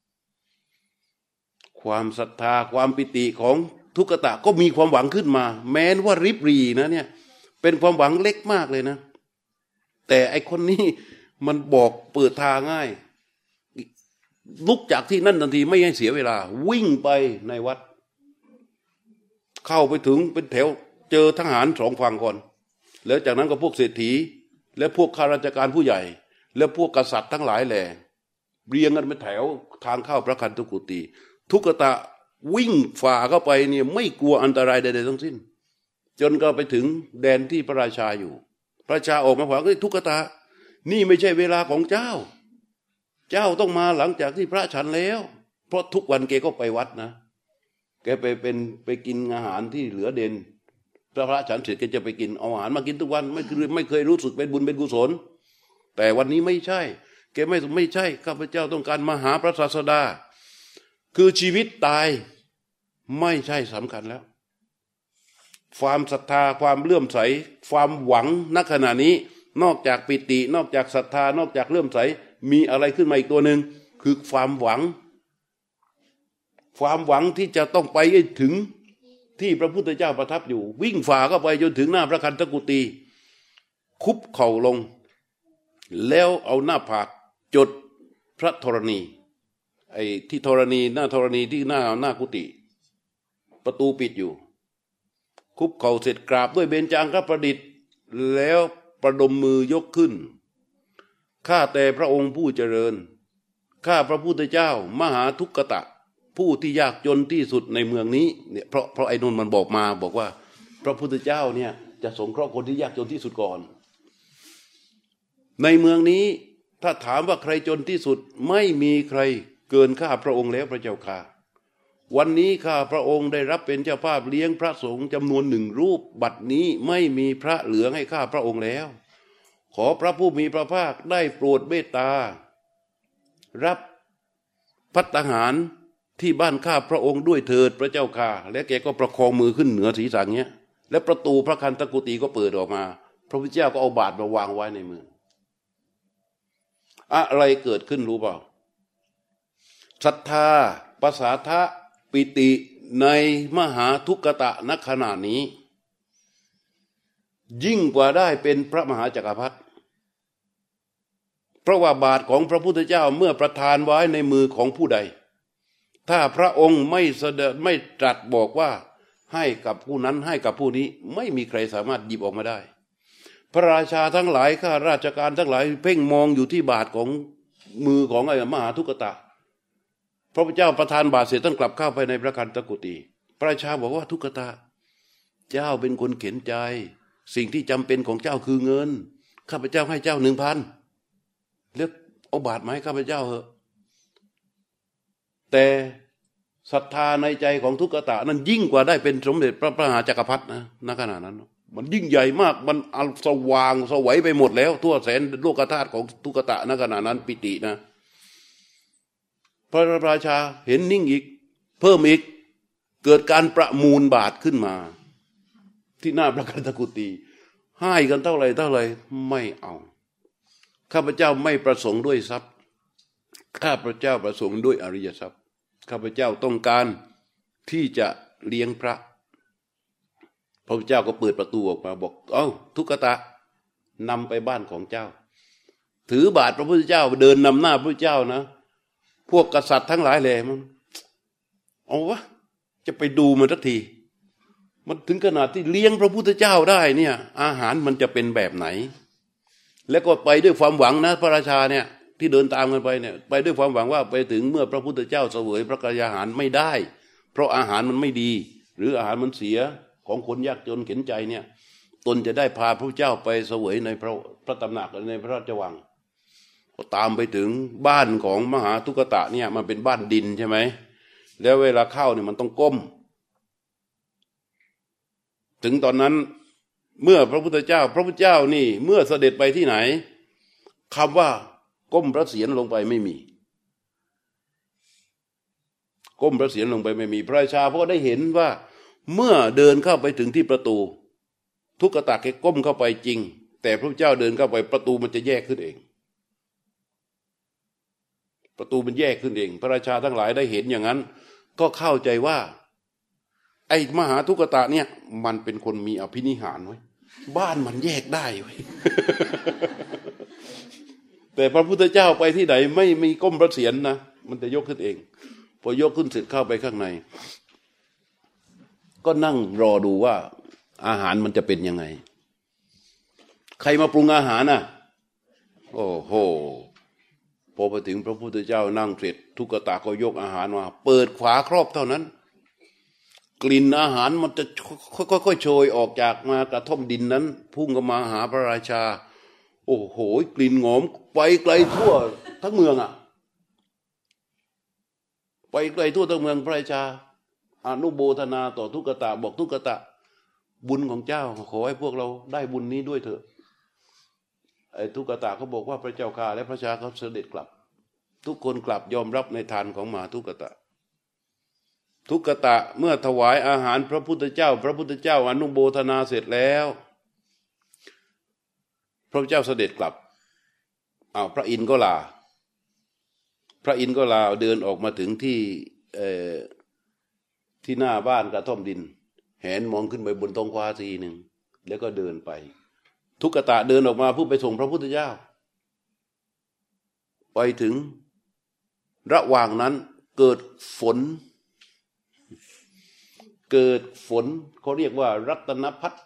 ความศรัทธาความปิติของทุกขตะก็มีความหวังขึ้นมาแม้ว่าริบหรี่นะเนี่ยเป็นความหวังเล็กมากเลยนะแต่ไอคนนี้มันบอกเปิดทางง่ายลุกจากที่นั่นทันทีไม่ให้เสียเวลาวิ่งไปในวัดเข้าไปถึงเป็นแถวเจอทหารสองฝั่งก่อนแล้วจากนั้นก็พวกเศรษฐีและพวกข้าราชการผู้ใหญ่และพวกกษัตริย์ทั้งหลายแหล่เรียงกันเป็นแถวทางเข้าพระคันธกุฏีทุกขตะวิ่งฝ่าเข้าไปเนี่ยไม่กลัวอันตรายใดๆทั้งสิ้นจนก็ไปถึงแดนที่พระราชาอยู่พระราชาออกมาบอกว่าทุกขตะนี่ไม่ใช่เวลาของเจ้าเจ้าต้องมาหลังจากที่พระฉันแล้วเพราะทุกวันแกก็ไปวัดนะแกไปเป็นไปกินอาหารที่เหลือเด่นพระพระฉันเสร็จแกจะไปกินเอาอาหารมากินทุกวันไม่เคยไม่เคยรู้สึกเป็นบุญเป็นกุศลแต่วันนี้ไม่ใช่แกไม่ไม่ใช่ข้าพเจ้าต้องการมาหาพระศาสดาคือชีวิตตายไม่ใช่สำคัญแล้วความศรัทธาความเลื่อมใสความหวังณขณะนี้นอกจากปิตินอกจากศรัทธานอกจากเลื่อมใสมีอะไรขึ้นมาอีกตัวหนึ่งคือความหวังความหวังที่จะต้องไปให้ถึงที่พระพุทธเจ้าประทับอยู่วิ่งฝ่าเข้าไปจนถึงหน้าพระคันธกุฏีคุบเข่าลงแล้วเอาหน้าผากจดพระธรณีไอ้ที่ธรณีหน้าธรณีที่หน้าหน้ากุฏิประตูปิดอยู่คุบเข่าเสร็จกราบด้วยเบญจางคประดิษฐ์แล้วประดมมือยกขึ้นข้าแต่พระองค์ผู้เจริญข้าพระพุทธเจ้ามหาทุกขตะผู้ที่ยากจนที่สุดในเมืองนี้เนี่ยเพราะเพราะไอ้นนมันบอกมาบอกว่าพระพุทธเจ้าเนี่ยจะสงเคราะห์คนที่ยากจนที่สุดก่อนในเมืองนี้ถ้าถามว่าใครจนที่สุดไม่มีใครเกินข้าพระองค์แล้วพระเจ้าค่ะวันนี้ข้าพระองค์ได้รับเป็นเจ้าภาพเลี้ยงพระสงฆ์จำนวนหนึ่งรูปบัดนี้ไม่มีพระเหลือให้ข้าพระองค์แล้วขอพระผู้มีพระภาคได้โปรดเมตตารับภัตตาหารที่บ้านข้าพระองค์ด้วยเถิดพระเจ้าค่ะและแกก็ประคองมือขึ้นเหนือศีรษะเงี้ยและประตูพระคันธกุฏีก็เปิดออกมาพระพุทธเจ้าก็เอาบาตรมาวางไว้ในมืออะไรเกิดขึ้นรู้เปล่าศรัทธาภาษาทะปิติในมหาทุกขตะณขณะนี้ยิ่งกว่าได้เป็นพระมหาจักรพรรดิเพราะว่าบาตรของพระพุทธเจ้าเมื่อประทานไว้ในมือของผู้ใดถ้าพระองค์ไม่เสด็จไม่ตรัสบอกว่าให้กับผู้นั้นให้กับผู้นี้ไม่มีใครสามารถหยิบออกมาได้พระราชาทั้งหลายข้าราชการทั้งหลายเพ่งมองอยู่ที่บาตรของมือของไอ้มหาทุกขตะพระพุทธเจ้าประทานบาตรเสร็จต้องกลับเข้าไปในพระคันธกุฏีพระราชาบอกว่าทุกขตะเจ้าเป็นคนเข็นใจสิ่งที่จำเป็นของเจ้าคือเงินข้าพเจ้าให้เจ้าหนึ่งพันเลือกเอาบาตรมาให้ข้าพเจ้าเหอะแต่ศรัทธาในใจของทุกขตะนั้นยิ่งกว่าได้เป็นสมเด็จพระมหาจักรพรรดินะณขณะนั้นมันยิ่งใหญ่มากมันอันสว่างสวัยไปหมดแล้วทั่วแสนโลกธาตุของทุกขตะณขณะนั้นปิตินะพระราชาเห็นนิ่งอีกเพิ่มอีกเกิดการประมูลบาทขึ้นมาที่หน้าพระคันธกุฏีให้กันเท่าไหร่เท่าไหร่ไม่เอาข้าพเจ้าไม่ประสงค์ด้วยทรัพย์ข้าพเจ้าประสงค์ด้วยอริยทรัพย์ข้าพเจ้าต้องการที่จะเลี้ยงพระพระพุทธเจ้าก็เปิดประตูออกมาบอกเอ้าทุกขตะนำไปบ้านของเจ้าถือบาทพระพุทธเจ้าเดินนำหน้าพระพุทธเจ้านะพวกกษัตริย์ทั้งหลายแหล่มันเอาวะจะไปดูมันสักทีมันถึงขนาดที่เลี้ยงพระพุทธเจ้าได้เนี่ยอาหารมันจะเป็นแบบไหนแล้วก็ไปด้วยความหวังนะพระราชาเนี่ยที่เดินตามกันไปเนี่ยไปด้วยความหวังว่าไปถึงเมื่อพระพุทธเจ้าเสวยพระกยาหารไม่ได้เพราะอาหารมันไม่ดีหรืออาหารมันเสียของคนยากจนเข็ญใจเนี่ยตนจะได้พาพระเจ้าไปเสวยในพระพระตำหนักในพระราชวังก็ตามไปถึงบ้านของมหาทุกตะเนี่ยมันเป็นบ้านดินใช่ไหมแล้วเวลาเข้าเนี่ยมันต้องก้มถึงตอนนั้นเมื่อพระพุทธเจ้าพระพุทธเจ้านี่เมื่อเสด็จไปที่ไหนคำว่าก้มพระเศียรลงไปไม่มีก้มพระเศียรลงไปไม่มีพระราชาเพราะได้เห็นว่าเมื่อเดินเข้าไปถึงที่ประตูทุกตะแกก้มเข้าไปจริงแต่พระพุทธเจ้าเดินเข้าไปประตูมันจะแยกขึ้นเองประตูมันแยกขึ้นเองพระราชาทั้งหลายได้เห็นอย่างนั้นก็เข้าใจว่าไอ้มหาทุกตะเนี่ยมันเป็นคนมีอภินิหารไว้บ้านมันแยกได้ไว้ แต่พระพุทธเจ้าไปที่ไหนไม่มีก้มพระเศียรนะมันจะยกขึ้นเองพอยกขึ้นเสร็จเข้าไปข้างในก็นั่งรอดูว่าอาหารมันจะเป็นยังไงใครมาปรุงอาหารน่ะโอ้โหพอไปถึงพระพุทธเจ้านั่งเสร็จทุกตะก็ยกอาหารมาเปิดฝาครอบเท่านั้นกลิ่นอาหารมันจะค่อยๆโชยออกจากมากระท่อมดินนั้นพุ่งเข้ามาหาพระราชาโอ้โหกลิ่นหอมไปไกลทั่วทั้งเมืองอ่ะไปไกลทั่วทั้งเมืองพระราชาอนุโมทนาต่อทุกตะบอกทุกตะบุญของเจ้าขอให้พวกเราได้บุญนี้ด้วยเถอะไอ้ทุกตะเขาบอกว่าพระเจ้าข้าและพระชาเขาเสด็จกลับทุกคนกลับยอมรับในทานของมหาทุกตะทุกตะเมื่อถวายอาหารพระพุทธเจ้าพระพุทธเจ้าอนุโมทนาเสร็จแล้วพระเจ้าเสด็จกลับอ้าวพระอินทร์ก็ลาพระอินทร์ก็ลาเดินออกมาถึงที่เอ่อที่หน้าบ้านกระท่อมดินแหนมองขึ้นไปบนท้องฟ้าทีหนึ่งแล้วก็เดินไปทุกตะเดินออกมาเพื่อไปส่งพระพุทธเจ้าไปถึงระหว่างนั้นเกิดฝนเกิดฝนเขาเรียกว่ารัตนพัด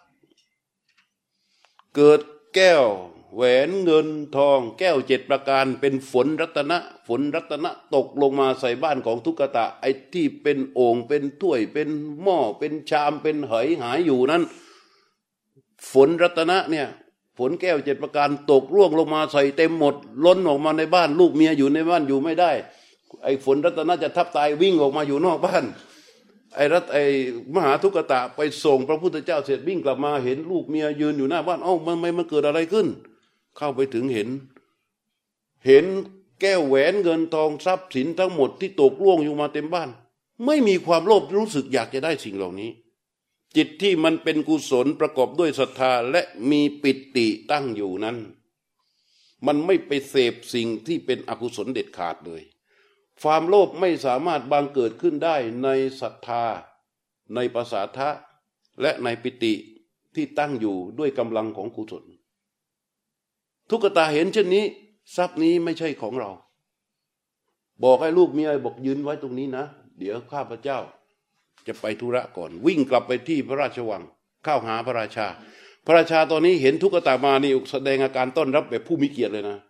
เกิดแก้วแหวนเงินทองแก้วเจ็ดประการเป็นฝนรัตนะฝนรัตนะตกลงมาใส่บ้านของทุกตะไอ้ที่เป็นโอ่งเป็นถ้วยเป็นหม้อเป็นชามเป็นไหหายอยู่นั้นฝนรัตนะเนี่ยฝนแก้วเจ็ดประการตกร่วงลงมาใส่เต็มหมดล้นออกมาในบ้านลูกเมียอยู่ในบ้านอยู่ไม่ได้ไอ้ฝนรัตนะจะทับตายวิ่งออกมาอยู่นอกบ้านไอ้รัตไอ้มหาทุกตะไปส่งพระพุทธเจ้าเสร็จวิ่งกลับมาเห็นลูกเมียยืนอยู่หน้าบ้านเอ้ามันไม่มันเกิดอะไรขึ้นเข้าไปถึงเห็นเห็นแก้วแหวนเงินทองทรัพย์สินทั้งหมดที่ตกล่วงอยู่มาเต็มบ้านไม่มีความโลภรู้สึกอยากจะได้สิ่งเหล่านี้จิตที่มันเป็นกุศลประกอบด้วยศรัทธาและมีปิติตั้งอยู่นั้นมันไม่ไปเสพสิ่งที่เป็นอกุศลเด็ดขาดเลยความโลภไม่สามารถบังเกิดขึ้นได้ในศรัทธาในปัสสาทะและในปิติที่ตั้งอยู่ด้วยกำลังของกุศลทุกตาเห็นเช่นนี้ทรัพย์นี้ไม่ใช่ของเราบอกให้ลูกเมียบอกยืนไว้ตรงนี้นะเดี๋ยวข้าพเจ้าจะไปธุระก่อนวิ่งกลับไปที่พระราชวังเข้าหาพระราชาพระราชาตอนนี้เห็นทุกตามานี่แสดงอาการต้อนรับแบบผู้มีเกียรติเลยนะ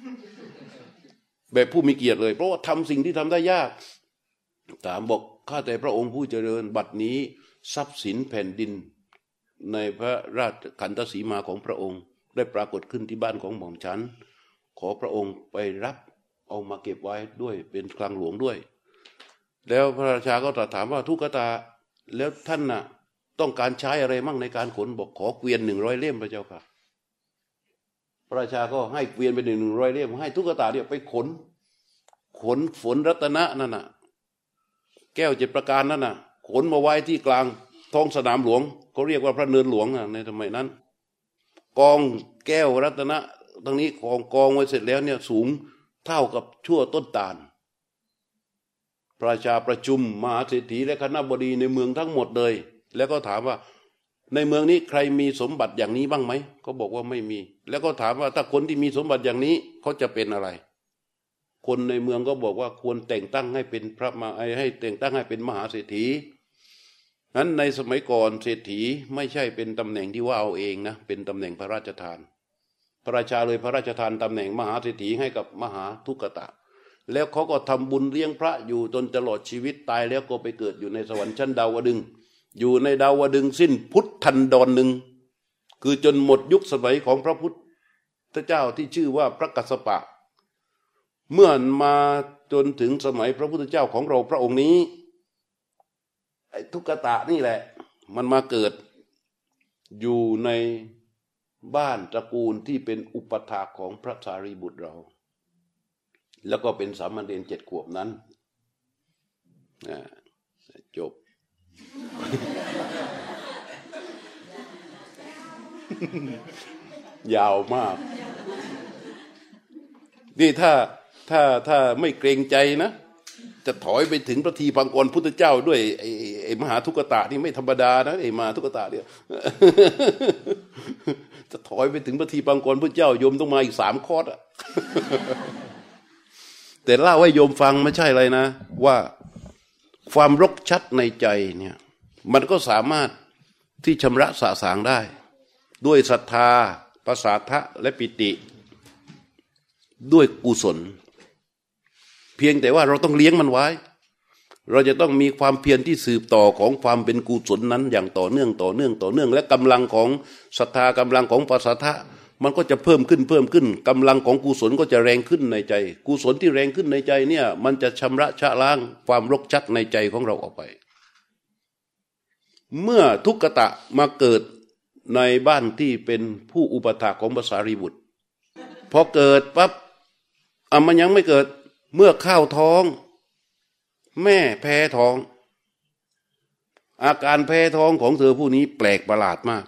แบบผู้มีเกียรติเลยเพราะว่าทำสิ่งที่ทำได้ยากถามบอกข้าแต่พระองค์ผู้เจริญบัดนี้ทรัพย์สินแผ่นดินในพระราชขันธสีมาของพระองค์ได้ปรากฏขึ้นที่บ้านของหม่อมฉันขอพระองค์ไปรับเอามาเก็บไว้ด้วยเป็นคลังหลวงด้วยแล้วพระราชาก็ตรัสถามว่าทุกตาแล้วท่านน่ะต้องการใช้อะไรมั่งในการขนบอกขอเกวียนหนึ่งร้อยเล่มพระเจ้าค่ะพระราชาก็ให้เกวียนไปหนึ่งร้อยเล่มให้ทุกตาเนี่ยไปขนขนฝนรัตนะนั่นน่ะแก้วเจ็ดประการนั่นน่ะขขนมาไว้ที่กลางท้องสนามหลวงเขาเรียกว่าพระเนินหลวงในสมัยนั้นกองแก้วรัตนะตรงนี้กองกองไว้เสร็จแล้วเนี่ยสูงเท่ากับชั่วต้นตาลประชาประชุมมหาเศรษฐีและคณบดีในเมืองทั้งหมดเลยแล้วก็ถามว่าในเมืองนี้ใครมีสมบัติอย่างนี้บ้างไหมเขาบอกว่าไม่มีแล้วก็ถามว่าถ้าคนที่มีสมบัติอย่างนี้เขาจะเป็นอะไรคนในเมืองก็บอกว่าควรแต่งตั้งให้เป็นพระมาให้แต่งตั้งให้เป็นมหาเศรษฐีนั้นในสมัยก่อนเศรษฐีไม่ใช่เป็นตำแหน่งที่ว่าเอาเองนะเป็นตำแหน่งพระราชทานพระราชาเลยพระราชทานตำแหน่งมหาเศรษฐีให้กับมหาทุกตะแล้วเขาก็ทำบุญเลี้ยงพระอยู่จนตลอดชีวิตตายแล้วก็ไปเกิดอยู่ในสวรรค์ชั้นดาวดึงส์อยู่ในดาวดึงส์สิ้นพุทธันดรหนึ่งคือจนหมดยุคสมัยของพระพุทธเจ้าที่ชื่อว่าพระกัสสปะเมื่อมาจนถึงสมัยพระพุทธเจ้าของเราพระองค์นี้ไอ้ทุกตะนี่แหละมันมาเกิดอยู่ในบ้านตระกูลที่เป็นอุปถากของพระสารีบุตรเราแล้วก็เป็นสามเณรเจ็ดขวบนั้นจบ ยาวมากนี่ถ้าถ้าถ้าไม่เกรงใจนะจะถอยไปถึงพระทีปังกรพุทธเจ้าด้วยไอ้ไอ้มหาทุกตะนี่ไม่ธรรมดานะไอ้มหาทุกตะเนี่ย จะถอยไปถึงพระทีปังกรพุทธเจ้าโยมต้องมาอีกสามคอร์สอะ แต่เล่าให้โยมฟังไม่ใช่อะไรนะว่าความรกชัดในใจเนี่ยมันก็สามารถที่ชำระสะสางได้ด้วยศรัทธาประสาทะและปิติด้วยกุศลเพียงแต่ว่าเราต้องเลี้ยงมันไว้เราจะต้องมีความเพียรที่สืบต่อของความเป็นกุศลนั้นอย่างต่อเนื่องต่อเนื่องต่อเนื่องและกำลังของศรัทธากำลังของประสาทะมันก็จะเพิ่มขึ้นเพิ่มขึ้นกำลังของกุศลก็จะแรงขึ้นในใจกุศลที่แรงขึ้นในใจเนี่ยมันจะชำระชะล้างความรกชัดในใจของเราออกไปเมื่อทุกขตะมาเกิดในบ้านที่เป็นผู้อุปถากของพระสารีบุตรพอเกิดปั๊บอ่ะมันยังไม่เกิดเมื่อเข้าท้องแม่แพ้ท้องอาการแพ้ท้องของเธอผู้นี้แปลกประหลาดมาก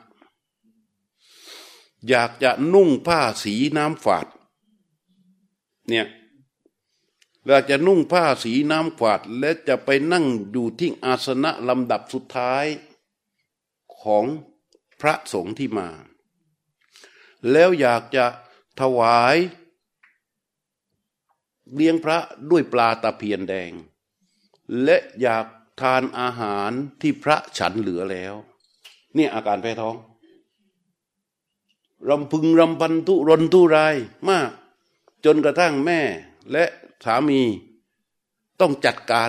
อยากจะนุ่งผ้าสีน้ำฝาดเนี่ยอยากจะนุ่งผ้าสีน้ำฝาดและจะไปนั่งอยู่ที่อาสนะลำดับสุดท้ายของพระสงฆ์ที่มาแล้วอยากจะถวายเลี้ยงพระด้วยปลาตะเพียนแดงและอยากทานอาหารที่พระฉันเหลือแล้วนี่อาการแพ้ท้องรำพึงรำพันทุรนทุรายมากจนกระทั่งแม่และสามีต้องจัดการ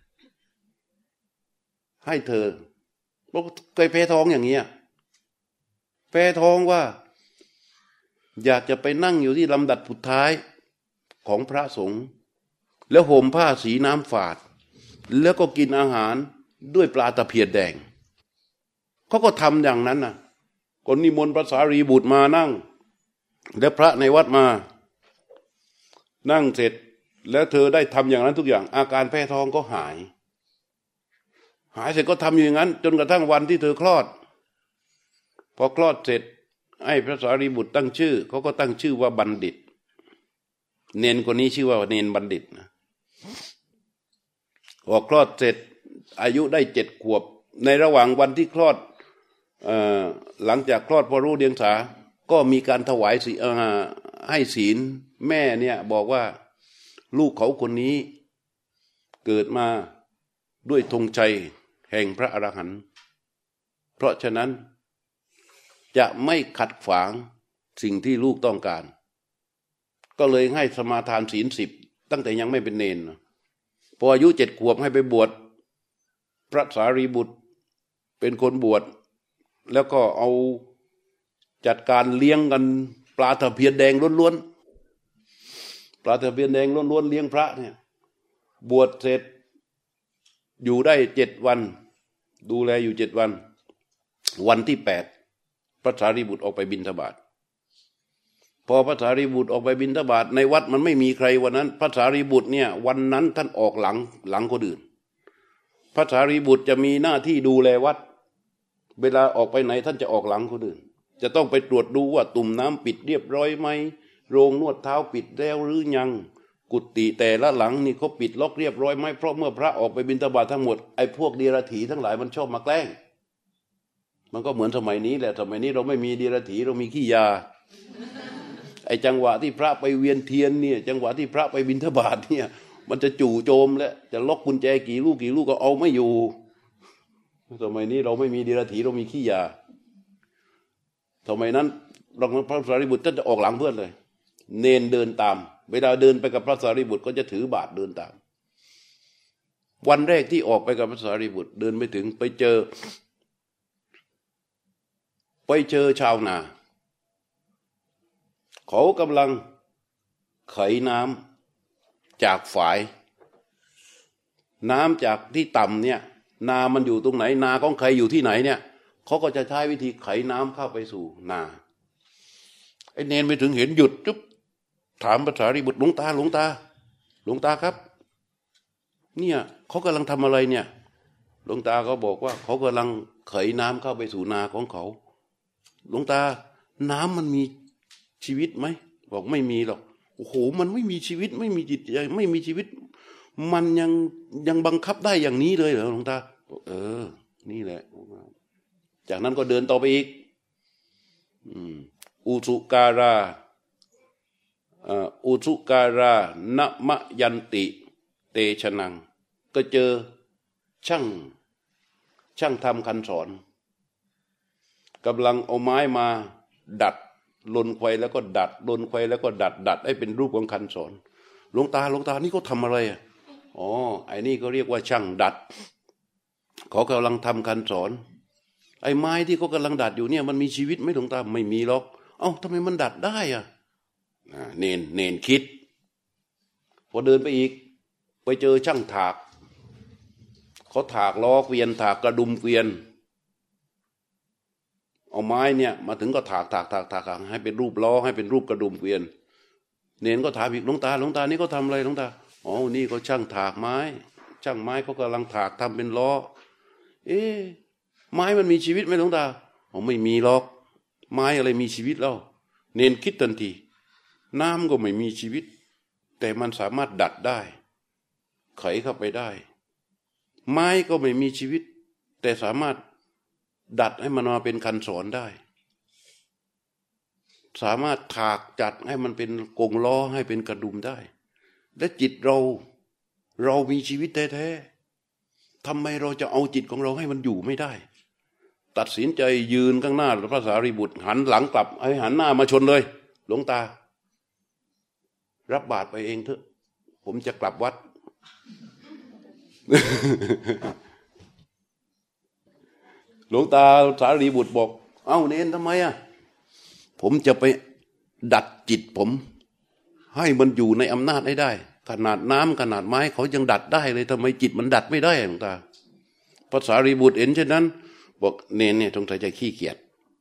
ให้เธอเพราะเคยแพ้ท้องอย่างนี้แพ้ท้องว่าอยากจะไปนั่งอยู่ที่ลำดับสุดท้ายของพระสงฆ์แล้วห่มผ้าสีน้ำฝาดแล้วก็กินอาหารด้วยปลาตะเพียนแดงเขาก็ทำอย่างนั้นน่ะคนนิมนต์พระสารีบุตรมานั่งแล้วพระในวัดมานั่งเสร็จแล้วเธอได้ทำอย่างนั้นทุกอย่างอาการแพ้ท้องก็หายหายเสร็จก็ทำอย่างนั้นจนกระทั่งวันที่เธอคลอดพอคลอดเสร็จให้พระสารีบุตรตั้งชื่อเขาก็ตั้งชื่อว่าบัณฑิตเนนคนนี้ชื่อว่าเนนบัณฑิตนะพอคลอดเสร็จอายุได้เจ็ดขวบในระหว่างวันที่คลอดหลังจากคลอดพอรู้เดียงสาก็มีการถวายศีลให้ศีลแม่เนี่ยบอกว่าลูกเขาคนนี้เกิดมาด้วยธงชัยแห่งพระอรหันต์เพราะฉะนั้นจะไม่ขัดขวางสิ่งที่ลูกต้องการก็เลยให้สมาทานศีลสิบตั้งแต่ยังไม่เป็นเณรพออายุเจ็ดขวบให้ไปบวชพระสารีบุตรเป็นคนบวชแล้วก็เอาจัดการเลี้ยงกันปลาตะเพียนแดงล้วนๆปลาตะเพียนแดงล้วนๆเลี้ยงพระเนี่ยบวชเสร็จอยู่ได้เจ็ดวันดูแลอยู่เจ็ดวันวันที่แปดพระสารีบุตรออกไปบิณฑบาตพอพระสารีบุตรออกไปบิณฑบาตในวัดมันไม่มีใครวันนั้นพระสารีบุตรเนี่ยวันนั้นท่านออกหลังหลังคนอื่นพระสารีบุตรจะมีหน้าที่ดูแลวัดเวลาออกไปไหนท่านจะออกหลังคนอื่นจะต้องไปตรวจดูว่าตุ่มน้ำปิดเรียบร้อยไหมโรงนวดเท้าปิดแล้วหรือยังกุฏิแต่ละหลังนี่เขาปิดล็อกเรียบร้อยไหมเพราะเมื่อพระออกไปบิณฑบาตทั้งหมดไอ้พวกเดรัจฉีทั้งหลายมันชอบมาแกล้งมันก็เหมือนสมัยนี้แหละสมัยนี้เราไม่มีเดรัจฉีเรามีขี้ยาไอ้จังหวะที่พระไปเวียนเทียนเนี่ยจังหวะที่พระไปบิณฑบาตเนี่ยมันจะจู่โจมแล้วจะล็อกกุญแจกี่ลูกกี่ลูกก็เอาไม่อยู่สมัยนี้เราไม่มีเดรัจฉีเรามีขี้ยาสมัยนั้นรองพระสารีบุตรท่านจะออกหลังเพื่อนเลยเนนเดินตามเวลาเดินไปกับพระสารีบุตรก็จะถือบาตรเดินตามวันแรกที่ออกไปกับพระสารีบุตรเดินไปถึงไปเจอไปเจอชาวนาเขากำลังไขน้ำจากฝายน้ำจากที่ต่ำเนี่ยนามันอยู่ตรงไหนนาของใครอยู่ที่ไหนเนี่ยเขาก็จะใช้วิธีไขน้ำเข้าไปสู่นาไอ้เนนไปถึงเห็นหยุดจุ๊บถามพระสารีบุตรหลวงตาหลวงตาหลวงตาครับเนี่ยเขากำลังทำอะไรเนี่ยหลวงตาเขาบอกว่าเขากำลังไขน้ำเข้าไปสู่นาของเขาหลวงตาน้ำมันมีชีวิตไหมบอกไม่มีหรอกโอ้โหมันไม่มีชีวิตไม่มีจิตใจไม่มีชีวิตมันยังยังบังคับได้อย่างนี้เลยเหรอหลวงตาเออนี่แหละจากนั้นก็เดินต่อไปอีกอุสุการาอุสุการานมะยันติเตชนังก็เจอช่างช่างทำคันสอนกำลังเอาไม้มาดัดลนไขว้แล้วก็ดัดลนไขว้แล้วก็ดัดดัดให้เป็นรูปของคันสอนหลวงตาหลวงตานี่เขาทำอะไรอ่ะอ๋อไอ้นี่ก็เรียกว่าช่างดัดเขากำลังทำคันสอนไอ้ไม้ที่เขากำลังดัดอยู่เนี่ยมันมีชีวิตไหมหลวงตาไม่มีหรอกเอ้าทำไมมันดัดได้อ่ะเนนเนนคิดพอเดินไปอีกไปเจอช่างถากเขาถากล้อเกวียนถากกระดุมเกวียนเอาไม้เนี่ยมาถึงก็ถากถากถากถากให้เป็นรูปล้อให้เป็นรูปกระดุมเกวียนเนนก็ถามอีกหลวงตาหลวงตานี่เขาทำอะไรหลวงตาอ๋อนี่เขาช่างถากไม้ช่างไม้เขากำลังถากทำเป็นล้อเอ๊ะไม้มันมีชีวิตไหมหลวงตาอ๋อไม่มีหรอกไม้อะไรมีชีวิตแล้วเนนคิดทันทีน้ำก็ไม่มีชีวิตแต่มันสามารถดัดได้ไขเข้าไปได้ไม้ก็ไม่มีชีวิตแต่สามารถดัดให้มันมาเป็นคันสอนได้สามารถถากจัดให้มันเป็นกงล้อให้เป็นกระดุมได้และจิตเราเรามีชีวิตแท้ๆทำไมเราจะเอาจิตของเราให้มันอยู่ไม่ได้ตัดสินใจยืนข้างหน้าพระสารีบุตรหันหลังกลับให้หันหน้ามาชนเลยหลวงตารับบาตรไปเองเถอะผมจะกลับวัด หลวงตาสารีบุตรบอกเอ้าเนนทำไมอ่ะผมจะไปดัดจิตผมให้มันอยู่ในอำนาจให้ได้ขนาดน้ำขนาดไม้เขายังดัดได้เลยทำไมจิตมันดัดไม่ได้หลวงตาพระสารีบุตรเห็นเช่นนั้นบอกเนนเนี่ยต้องใจขี้เกียจ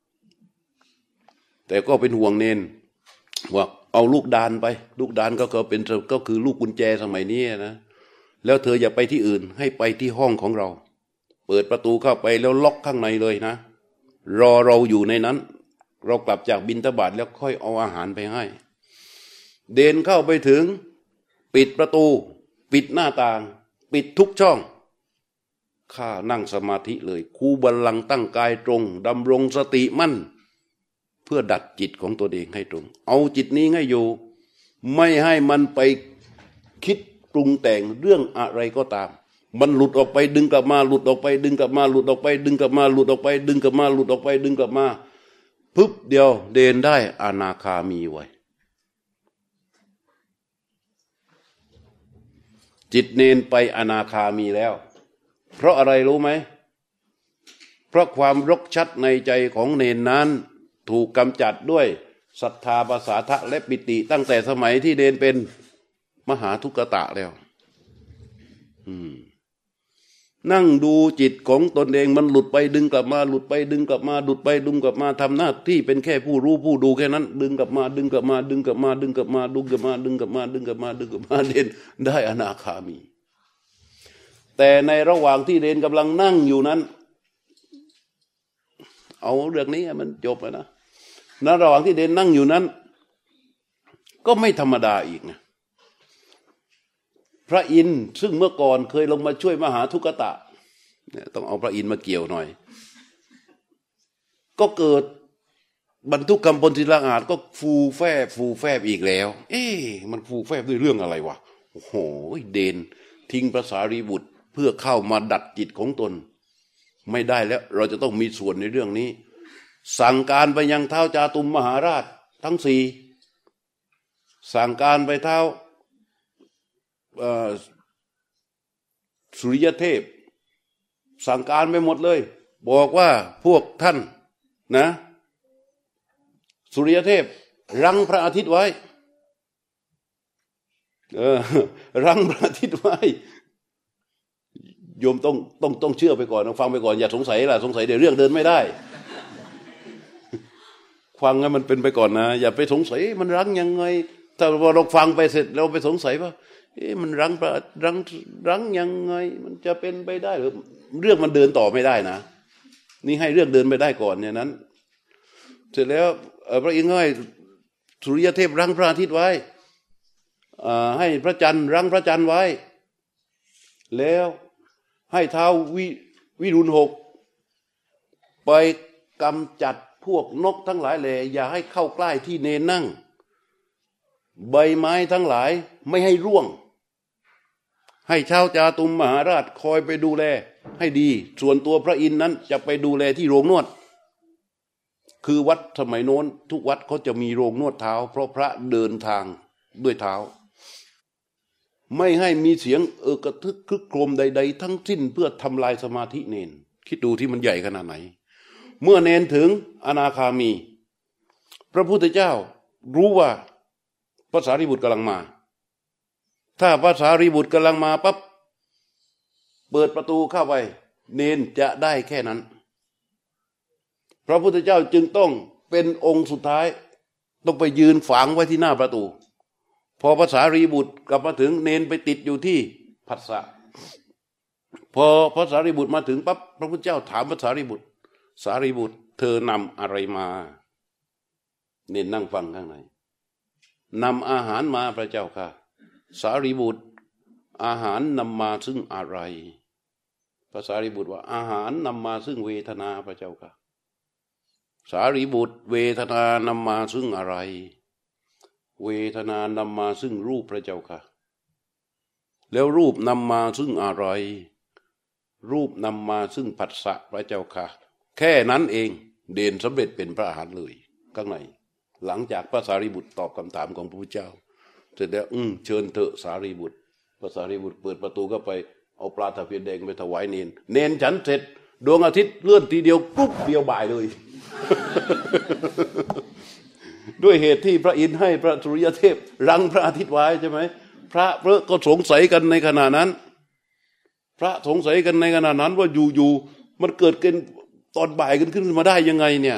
แต่ก็เป็นห่วงเนนว่าเอาลูกดานไปลูกดานก็ก็เป็นก็คือลูกกุญแจสมัยนี้นะแล้วเธออย่าไปที่อื่นให้ไปที่ห้องของเราเปิดประตูเข้าไปแล้วล็อกข้างในเลยนะรอเราอยู่ในนั้นเรากลับจากบิณฑบาตแล้วค่อยเอาอาหารไปให้เดินเข้าไปถึงปิดประตูปิดหน้าต่างปิดทุกช่องข้านั่งสมาธิเลยคูบัลลังก์ตั้งกายตรงดำรงสติมั่นเพื่อดัดจิตของตัวเองให้ตรงเอาจิตนี้ให้อยู่ไม่ให้มันไปคิดปรุงแต่งเรื่องอะไรก็ตามมันหลุดออกไปดึงกลับมาหลุดออกไปดึงกลับมาหลุดออกไปดึงกลับมาหลุดออกไปดึงกลับมาหลุดออกไปดึงกลับมาปึ๊บเดียวเดินได้อนาคามีไว้จิตเนนไปอนาคามีแล้วเพราะอะไรรู้ไหมเพราะความรกชัดในใจของเนนนั้นถูกกำจัดด้วยศรัทธาภาษาทะและปิติตั้งแต่สมัยที่เนนเป็นมหาทุกขตะแล้วนั่งดูจิตของตนเองมันหลุดไปดึงกลับมาหลุดไปดึงกลับมาหลุดไปดึงกลับมาทำหน้าที่เป็นแค่ผู้รู้ผู้ดูแค่นั้นดึงกลับมาดึงกลับมาดึงกลับมาดึงกลับมาดึงกลับมาดึงกลับมาดึงกลับมาดึงกลับมาเด่นได้อนาคามีแแต่ในระหว่างที่เนนกำลังนั่งอยู่นั้นเอาเรื่องนี้มันจบแล้วนะในระหว่างที่เนนนั่งอยู่นั้นก็ไม่ธรรมดาอีกนะพระอินทร์ซึ่งเมื่อก่อนเคยลงมาช่วยมหาทุกตะเนี่ยต้องเอาพระอินทร์มาเกี่ยวหน่อยก็เกิดบรรทุกกำพลศิลาอาจก็ฟูแฟบฟูแฟบอีกแล้วเอ๊ะมันฟูแฟบด้วยเรื่องอะไรวะโอ้โหเดนทิ้งพระสารีบุตรเพื่อเข้ามาดัดจิตของตนไม่ได้แล้วเราจะต้องมีส่วนในเรื่องนี้สั่งการไปยังเท้าจาตุมมหาราชทั้งสี่สั่งการไปเท้าสุริยเทพสั่งการไปหมดเลยบอกว่าพวกท่านนะสุริยเทพรั้งพระอาทิตย์ไว้เออรั้งพระอาทิตย์ไว้โยมต้องต้องต้องเชื่อไปก่อนฟังไปก่อนอย่าสงสัยล่ะสงสัยเดี๋ยวเรื่องเดินไม่ได้ฟังให้มันเป็นไปก่อนนะอย่าไปสงสัยมันรั้งยังไงถ้าเราฟังไปเสร็จเราไปสงสัยว่าเอ๊ะมันรั้งรั้งรั้งยังไงมันจะเป็นไปได้หรือเรื่องมันเดินต่อไม่ได้นะนี่ให้เรื่องเดินไปได้ก่อนเนี่ยนั้นเสร็จแล้วพระอินทร์ให้สุริยเทพรั้งพระอาทิตย์ไว้ให้พระจันทร์รั้งพระจันทร์ไว้แล้วให้ท้าววิวิรุณหกไปกำจัดพวกนกทั้งหลายเลยอย่าให้เข้าใกล้ที่เนนนั่งใบไม้ทั้งหลายไม่ให้ร่วงให้ชาวจาตุมมหาราชคอยไปดูแลให้ดีส่วนตัวพระอินทร์นั้นจะไปดูแลที่โรงนวดคือวัดสมัยโน้นทุกวัดเขาจะมีโรงนวดเท้าเพราะพระเดินทางด้วยเท้าไม่ให้มีเสียงเออกระทึกครึกโครมใดๆทั้งสิ้นเพื่อทำลายสมาธิเนนคิดดูที่มันใหญ่ขนาดไหนเมื่อเนนถึงอนาคามีพระพุทธเจ้ารู้ว่าพระสารีบุตรกำลังมาถ้าพระสารีบุตรกำลังมาปั๊บเปิดประตูเข้าไปเนนจะได้แค่นั้นพระพุทธเจ้าจึงต้องเป็นองค์สุดท้ายต้องไปยืนฝังไว้ที่หน้าประตูพอพระสารีบุตรกลับมาถึงเนนไปติดอยู่ที่ผัสสะพอพระสารีบุตรมาถึงปั๊บพระพุทธเจ้าถามพระสารีบุตรสารีบุตรเธอนำอะไรมาเนนนั่งฟังข้างในนำอาหารมาพระเจ้าค่ะสารีบุตรอาหารนำมาซึ่งอะไรพระสารีบุตรว่าอาหารนำมาซึ่งเวทนาพระเจ้าค่ะสารีบุตรเวทนานำมาซึ่งอะไรเวทนานำมาซึ่งรูปพระเจ้าค่ะแล้วรูปนำมาซึ่งอะไรรูปนำมาซึ่งผัสสะพระเจ้าค่ะแค่นั้นเองเด่นสำเร็จเป็นพระอรหันต์เลยข้างในหลังจากพระสารีบุตรตอบคำถามของพระพุทธเจ้าเสร็จแล้วอืมเชิญเถอะสารีบุตรพระสารีบุตรเปิดประตูก็ไปเอาปลาตะเพียนแดงไปถวายเนนเนนฉันเสร็จดวงอาทิตย์เลื่อนทีเดียวปุ๊บเดียวบ่ายเลย ด้วยเหตุที่พระอินทร์ให้พระสุริยเทพรั้งพระอาทิตย์ไว้ใช่ไหมพระพระก็สงสัยกันในขณะนั้นพระสงสัยกันในขณะนั้นว่าอยู่ๆมันเกิดกันตอนบ่ายกันขึ้นมาได้ยังไงเนี่ย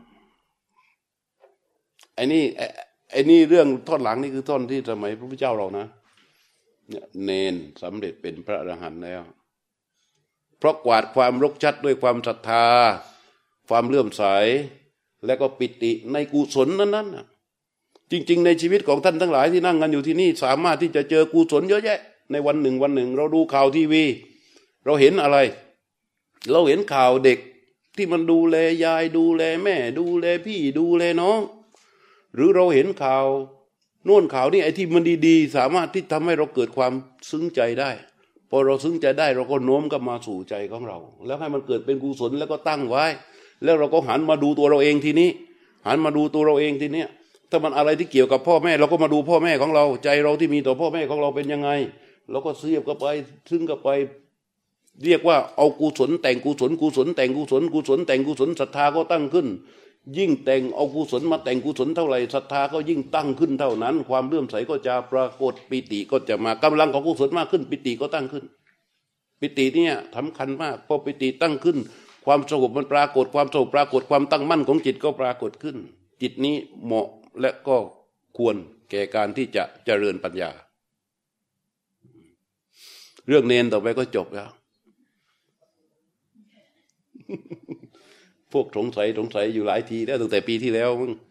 ไอ้นี่ไอ้นี่เรื่องท่อนหลังนี่คือท่อนที่สมัยพระพุทธเจ้าเรานะเนี่ยเนนสำเร็จเป็นพระอรหันต์แล้วเพราะกวาดความรกชัดด้วยความศรัทธาความเลื่อมใสและก็ปิติในกุศลนั้นๆจริงๆในชีวิตของท่านทั้งหลายที่นั่งกันอยู่ที่นี่สามารถที่จะเจอกุศลเยอะแยะในวันหนึ่งวันหนึ่งเราดูข่าวทีวีเราเห็นอะไรเราเห็นข่าวเด็กที่มันดูแลยายดูแลแม่ดูแลพี่ดูแลน้องหรือเราเห็นข่าวโน่นข่าวนี่ไอ้ที่มันดีๆสามารถที่ทำให้เราเกิดความซึ้งใจได้พอเราซึ้งใจได้เราก็โน้มกลับมาสู่ใจของเราแล้วให้มันเกิดเป็นกุศลแล้วก็ตั้งไว้แล้วเราก็หันมาดูตัวเราเองทีนี้หันมาดูตัวเราเองทีเนี้ยถ้ามันอะไรที่เกี่ยวกับพ่อแม่เราก็มาดูพ่อแม่ของเราใจเราที่มีต่อพ่อแม่ของเราเป็นยังไงเราก็เสียบเข้าไปซึ้งเข้าไปเรียกว่าเอากุศลแต่งกุศลกุศลแต่งกุศลกุศลแต่งกุศลศรัทธาก็ตั้งขึ้นยิ่งแต่งเอากุศลมาแต่งกุศลเท่าไหร่ศรัทธาก็ยิ่งตั้งขึ้นเท่านั้นความเลื่อมใสก็จะปรากฏปิติก็จะมากำลังของกุศลมากขึ้นปิติก็ตั้งขึ้นปิติเนี่ยสำคัญมากพอปิติตั้งขึ้นความสงบมันปรากฏความสงบปรากฏความตั้งมั่นของจิตก็ปรากฏขึ้นจิตนี้เหมาะและก็ควรแก่การที่จะเจริญปัญญาเรื่องเนนต่อไปก็จบแล้วพวกสงสัยสงสัยอยู่หลายทีแล้วตั้งแต่ปีที่แล้วมึง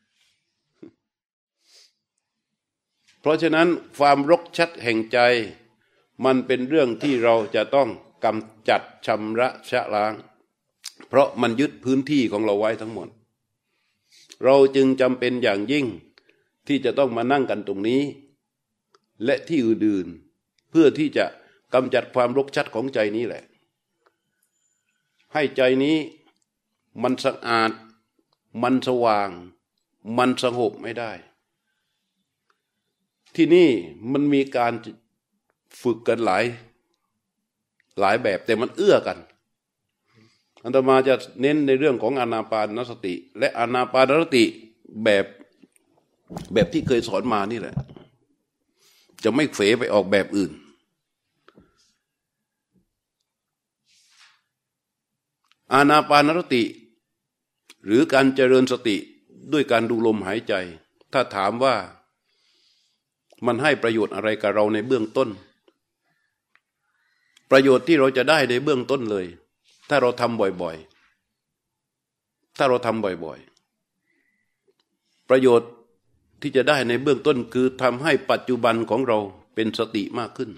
เพราะฉะนั้นความรกชัดแห่งใจมันเป็นเรื่องที่เราจะต้องกำจัดชำระชะล้างเพราะมันยึดพื้นที่ของเราไว้ทั้งหมดเราจึงจำเป็นอย่างยิ่งที่จะต้องมานั่งกันตรงนี้และที่อื่นๆเพื่อที่จะกำจัดความรกชัดของใจนี้แหละให้ใจนี้มันสะอาดมันสว่างมันสงบไม่ได้ที่นี่มันมีการฝึกกันหลายหลายแบบแต่มันเอื้อกันอาตมาจะเน้นในเรื่องของอานาปานสติและอานาปานสติแบบแบบที่เคยสอนมานี่แหละจะไม่เฝไปออกแบบอื่นอานาปานสติหรือการเจริญสติด้วยการดูลมหายใจถ้าถามว่ามันให้ประโยชน์อะไรกับเราในเบื้องต้นประโยชน์ที่เราจะได้ในเบื้องต้นเลยถ้าเราทำบ่อยๆถ้าเราทำบ่อยๆประโยชน์ที่จะได้ในเบื้องต้นคือทำให้ปัจจุบันของเราเป็นสติมากขึ้น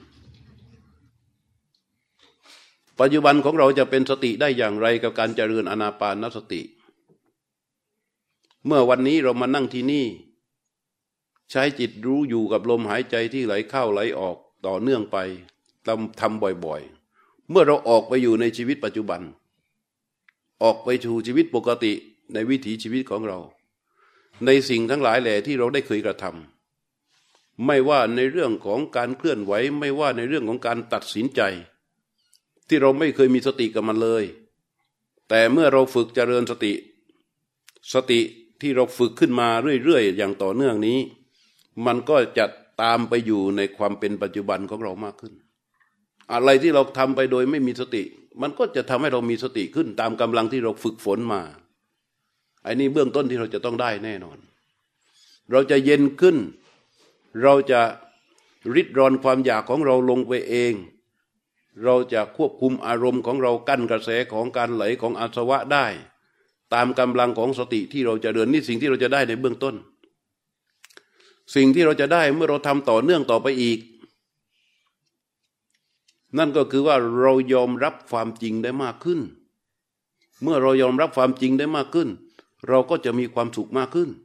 ปัจจุบันของเราจะเป็นสติได้อย่างไรกับการเจริญอานาปานสติเมื่อวันนี้เรามานั่งที่นี่ใช้จิตรู้อยู่กับลมหายใจที่ไหลเข้าไหลออกต่อเนื่องไปทำทำบ่อยๆเมื่อเราออกไปอยู่ในชีวิตปัจจุบันออกไปสู่ชีวิตปกติในวิถีชีวิตของเราในสิ่งทั้งหลายแหล่ที่เราได้เคยกระทำไม่ว่าในเรื่องของการเคลื่อนไหวไม่ว่าในเรื่องของการตัดสินใจที่เราไม่เคยมีสติกับมันเลยแต่เมื่อเราฝึกเจริญสติสติที่เราฝึกขึ้นมาเรื่อยๆอย่างต่อเนื่องนี้มันก็จะตามไปอยู่ในความเป็นปัจจุบันของเรามากขึ้นอะไรที่เราทำไปโดยไม่มีสติมันก็จะทำให้เรามีสติขึ้นตามกำลังที่เราฝึกฝนมาไอ้นี่เบื้องต้นที่เราจะต้องได้แน่นอนเราจะเย็นขึ้นเราจะริดรอนความอยากของเราลงไปเองเราจะควบคุมอารมณ์ของเรากั้นกระแสของการไหลของอาสวะได้ตามกำลังของสติที่เราจะเดินนี่สิ่งที่เราจะได้ในเบื้องต้นสิ่งที่เราจะได้เมื่อเราทำต่อเนื่องต่อไปอีกนั่นก็คือว่าเรายอมรับความจริงได้มากขึ้นเมื่อเรายอมรับความจริงได้มากขึ้นเราก็จะมีความสุขมากขึ้น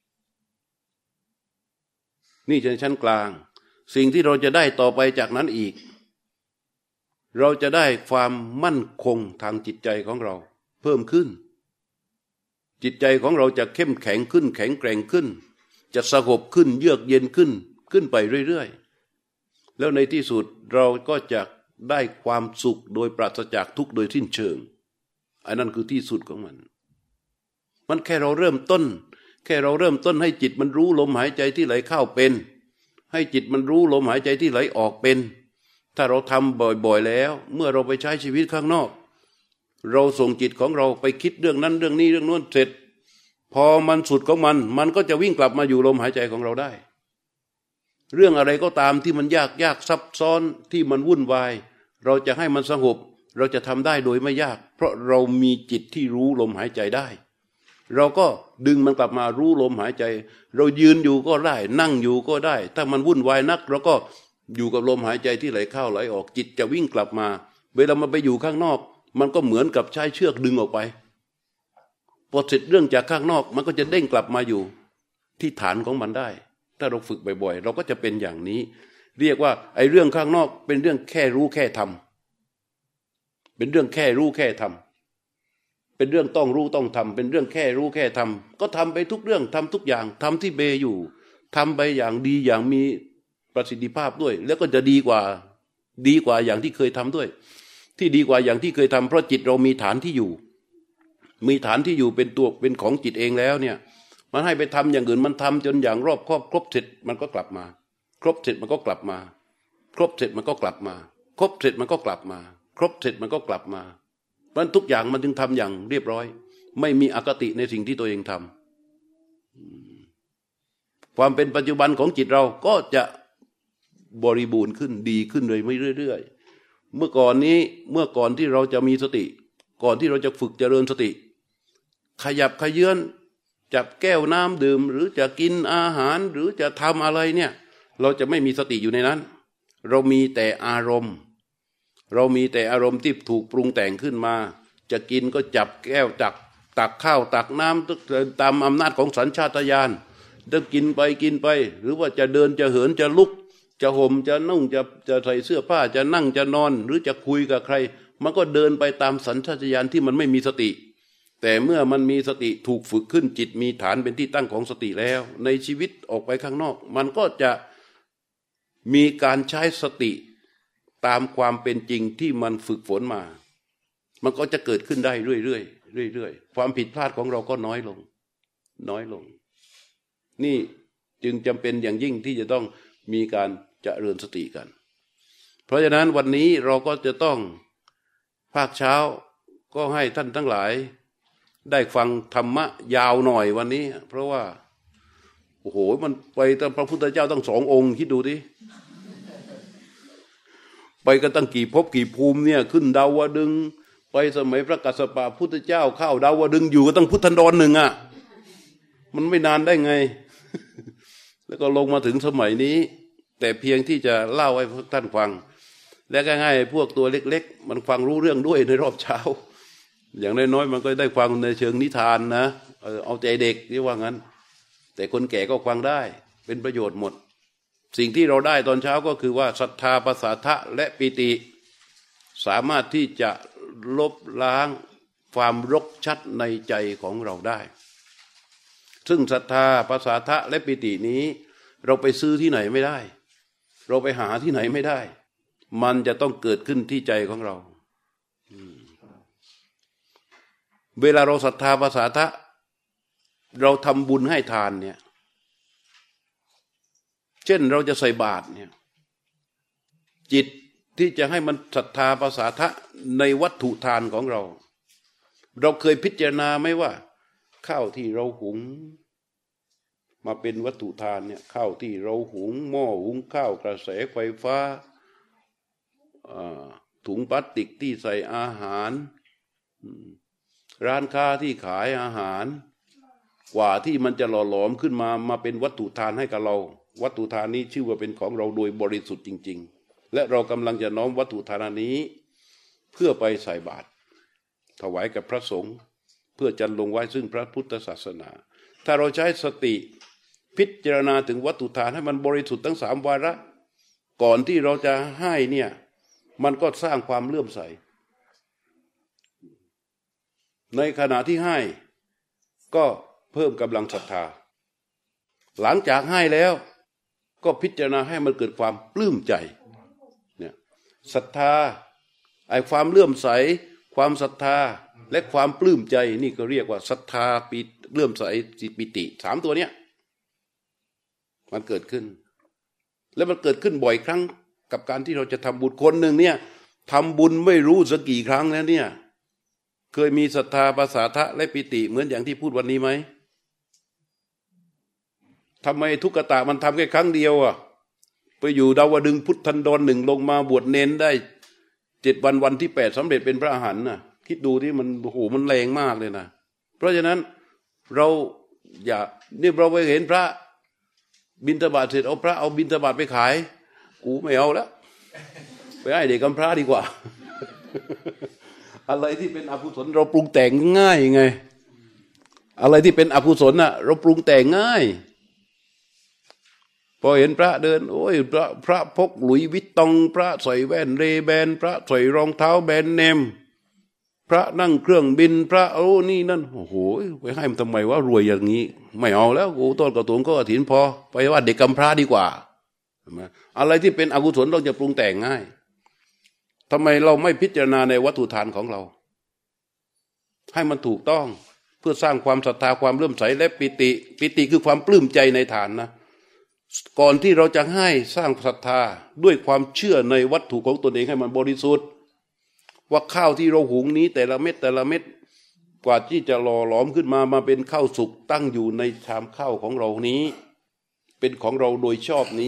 นี่ในชั้นกลางสิ่งที่เราจะได้ต่อไปจากนั้นอีกเราจะได้ความมั่นคงทางจิตใจของเราเพิ่มขึ้นจิตใจของเราจะเข้มแข็งขึ้นแข็งแกร่งขึ้นจะสงบขึ้นเยือกเย็นขึ้นขึ้นไปเรื่อยๆแล้วในที่สุดเราก็จะได้ความสุขโดยปราศจากทุกข์โดยสิ้นเชิงอันนั้นคือที่สุดของมันมันแค่เราเริ่มต้นแค่เราเริ่มต้นให้จิตมันรู้ลมหายใจที่ไหลเข้าเป็นให้จิตมันรู้ลมหายใจที่ไหลออกเป็นถ้าเราทำบ่อยๆแล้วเมื่อเราไปใช้ชีวิตข้างนอกเราส่งจิตของเราไปคิดเรื่องนั้นเรื่องนี้เรื่องโน้นเสร็จพอมันสุดของมันมันก็จะวิ่งกลับมาอยู่ลมหายใจของเราได้เรื่องอะไรก็ตามที่มันยากยากซับซ้อนที่มันวุ่นวายเราจะให้มันสงบเราจะทำได้โดยไม่ยากเพราะเรามีจิตที่รู้ลมหายใจได้เราก็ดึงมันกลับมารู้ลมหายใจเรายืนอยู่ก็ได้นั่งอยู่ก็ได้ถ้ามันวุ่นวายนักเราก็อยู่กับลมหายใจที่ไหลเข้าไหลออกจิตจะวิ่งกลับมาเวลามันไปอยู่ข้างนอกมันก็เหมือนกับใช้เชือกดึงออกไปพอเสร็จเรื่องจากข้างนอกมันก็จะเด้งกลับมาอยู่ที่ฐานของมันได้ถ้าเราฝึกบ่อยๆเราก็จะเป็นอย่างนี้เรียกว่าไอ้เรื่องข้างนอกเป็นเรื่องแค่รู้แค่ทำเป็นเรื่องแค่รู้แค่ทำเป็นเรื่องต้องรู้ต้องทำเป็นเรื่องแค่รู้แค่ทำก็ทำไปทุกเรื่องทำทุกอย่างทำที่เบอยู่ทำไปอย่างดีอย่างมีประสิทธิภาพด้วยแล้วก็จะดีกว่าดีกว่าอย่างที่เคยทำด้วยที่ดีกว่าอย่างที่เคยทำเพราะจิตเรามีฐานที่อยู่มีฐานที่อยู่เป็นตัวเป็นของจิตเองแล้วเนี่ยมันให้ไปทำอย่างอื่นมันทำจนอย่างรอบครอบครบเสร็จมันก็กลับมาครบเสร็จมันก็กลับมาครบเสร็จมันก็กลับมาครบเสร็จมันก็กลับมาครบเสร็จมันก็กลับมาเพราะทุกอย่างมันจึงทำอย่างเรียบร้อยไม่มีอคติในสิ่งที่ตัวเองทำความเป็นปัจจุบันของจิตเราก็จะบริบูรณ์ขึ้นดีขึ้นเลยไม่เรื่อยๆเมื่อก่อนนี้เมื่อก่อนที่เราจะมีสติก่อนที่เราจะฝึกเจริญสติขยับขยื่นจับแก้วน้ำดื่มหรือจะกินอาหารหรือจะทำอะไรเนี่ยเราจะไม่มีสติอยู่ในนั้นเรามีแต่อารมณ์เรามีแต่อารมณ์ที่ถูกปรุงแต่งขึ้นมาจะกินก็จับแก้วตักตักข้าวตักน้ำตามอำนาจของสัญชาตญาณจะกินไปกินไปหรือว่าจะเดินจะเหินจะลุกจะห่มจะนุ่งจะจะใส่เสื้อผ้าจะนั่งจะนอนหรือจะคุยกับใครมันก็เดินไปตามสัญชาตญาณที่มันไม่มีสติแต่เมื่อมันมีสติถูกฝึกขึ้นจิตมีฐานเป็นที่ตั้งของสติแล้วในชีวิตออกไปข้างนอกมันก็จะมีการใช้สติตามความเป็นจริงที่มันฝึกฝนมามันก็จะเกิดขึ้นได้เรื่อยๆเรื่อยๆความผิดพลาดของเราก็น้อยลงน้อยลงนี่จึงจำเป็นอย่างยิ่งที่จะต้องมีการเจริญสติกันเพราะฉะนั้นวันนี้เราก็จะต้องภาคเช้าก็ให้ท่านทั้งหลายได้ฟังธรรมะยาวหน่อยวันนี้เพราะว่าโอ้โหมันไปตั้งพระพุทธเจ้าตั้งสององค์คิดดูดิไปกันตั้งกี่ภพกี่ภูมิเนี่ยขึ้นดาวดึงส์ไปสมัยพระกัสสปะพุทธเจ้าเข้าดาวดึงส์อยู่ก็ตั้งพุทธันดรหนึ่งอ่ะมันไม่นานได้ไง แล้วก็ลงมาถึงสมัยนี้แต่เพียงที่จะเล่าให้ท่านฟังและก็ง่ายพวกตัวเล็กๆมันฟังรู้เรื่องด้วยในรอบเช้าอย่างน้อยๆมันก็ได้ฟังในเชิงนิทานนะเอาใจเด็กที่ว่างั้นแต่คนแก่ก็ฟังได้เป็นประโยชน์หมดสิ่งที่เราได้ตอนเช้าก็คือว่าศรัทธาภาษาทะและปิติสามารถที่จะลบล้างความรกชัดในใจของเราได้ซึ่งศรัทธาภาษาทะและปิตินี้เราไปซื้อที่ไหนไม่ได้เราไปหาที่ไหนไม่ได้มันจะต้องเกิดขึ้นที่ใจของเราเวลาเราศรัทธาภาษาทะเราทำบุญให้ทานเนี่ยเช่นเราจะใส่บาตรเนี่ยจิตที่จะให้มันศรัทธาภาษาทะในวัตถุทานของเราเราเคยพิจารณาไหมว่าข้าวที่เราหุงมาเป็นวัตถุทานเนี่ยข้าวที่เราหุงหม้อหุงข้าวกระแสไฟฟ้าถุงพลาสติกที่ใส่อาหารร้านค้าที่ขายอาหารกว่าที่มันจะหล่อหลอมขึ้นมามาเป็นวัตถุทานให้กับเราวัตถุทานนี้ชื่อว่าเป็นของเราโดยบริสุทธิ์จริงๆและเรากำลังจะน้อมวัตถุทานนี้เพื่อไปใส่บาตรถวายกับพระสงฆ์เพื่อจันลงไว้ซึ่งพระพุทธศาสนาถ้าเราใช้สติพิจารณาถึงวัตถุทานให้มันบริสุทธิ์ทั้งสามวาระก่อนที่เราจะให้เนี่ยมันก็สร้างความเลื่อมใสในขณะที่ให้ก็เพิ่มกำลังศรัทธาหลังจากให้แล้วก็พิจารณาให้มันเกิดความปลื้มใจเนี่ยศรัทธาไอ้ความเลื่อมใสความศรัทธาและความปลื้มใจนี่ก็เรียกว่าศรัทธาปิเลื่อมใสจิตปิติสามตัวเนี้ยมันเกิดขึ้นแล้วมันเกิดขึ้นบ่อยครั้งกับการที่เราจะทำบุญคนหนึ่งเนี่ยทำบุญไม่รู้สักกี่ครั้งแล้วเนี่ยเคยมีศรัทธาภาษาทะและปิติเหมือนอย่างที่พูดวันนี้ไหมทำไมทุกขตะมันทำแค่ครั้งเดียวอ่ะไปอยู่ดาวดึงส์พุทธันดรหนึ่งลงมาบวชเนนได้เจ็ดวันวันที่แปดสำเร็จเป็นพระอรหันต์น่ะคิดดูที่มันโอ้โหมันแรงมากเลยนะเพราะฉะนั้นเราอย่านี่เราไปเห็นพระบิณฑบาตเสร็จเอาพระเอาบิณฑบาตไปขายกูไม่เอาแล้วไปให้เด็กกำพร้าดีกว่า อะไรที่เป็นอกุศลเราปรุงแต่งง่ายไงอะไรที่เป็นอกุศลน่ะเราปรุงแต่งง่ายพอเห็นพระเดินโอ้ยพระพระพกหลุยส์วิตตองพระใส่แว่นเรแบนพระใส่รองเท้าแบรนด์เนมพระนั่งเครื่องบินพระโอ้นี่นั่นโอ้โหไปให้มันทำไมว่ารวยอย่างนี้ไม่เอาแล้วกูต้นกระตุงก็กระถินพอไปว่าเด็กกำพร้าดีกว่าอะไรที่เป็นอกุศลเราจะปรุงแต่งง่ายทำไมเราไม่พิจารณาในวัตถุทานของเราให้มันถูกต้องเพื่อสร้างความศรัทธาความเลื่อมใสและปิติปิติคือความปลื้มใจในฐานนะก่อนที่เราจะให้สร้างศรัทธาด้วยความเชื่อในวัตถุของตนเองให้มันบริสุทธิ์ว่าข้าวที่เราหุงนี้แต่ละเม็ดแต่ละเม็ดกว่าที่จะหล่อหลอมขึ้นมามาเป็นข้าวสุกตั้งอยู่ในชามข้าวของเรานี้เป็นของเราโดยชอบนี้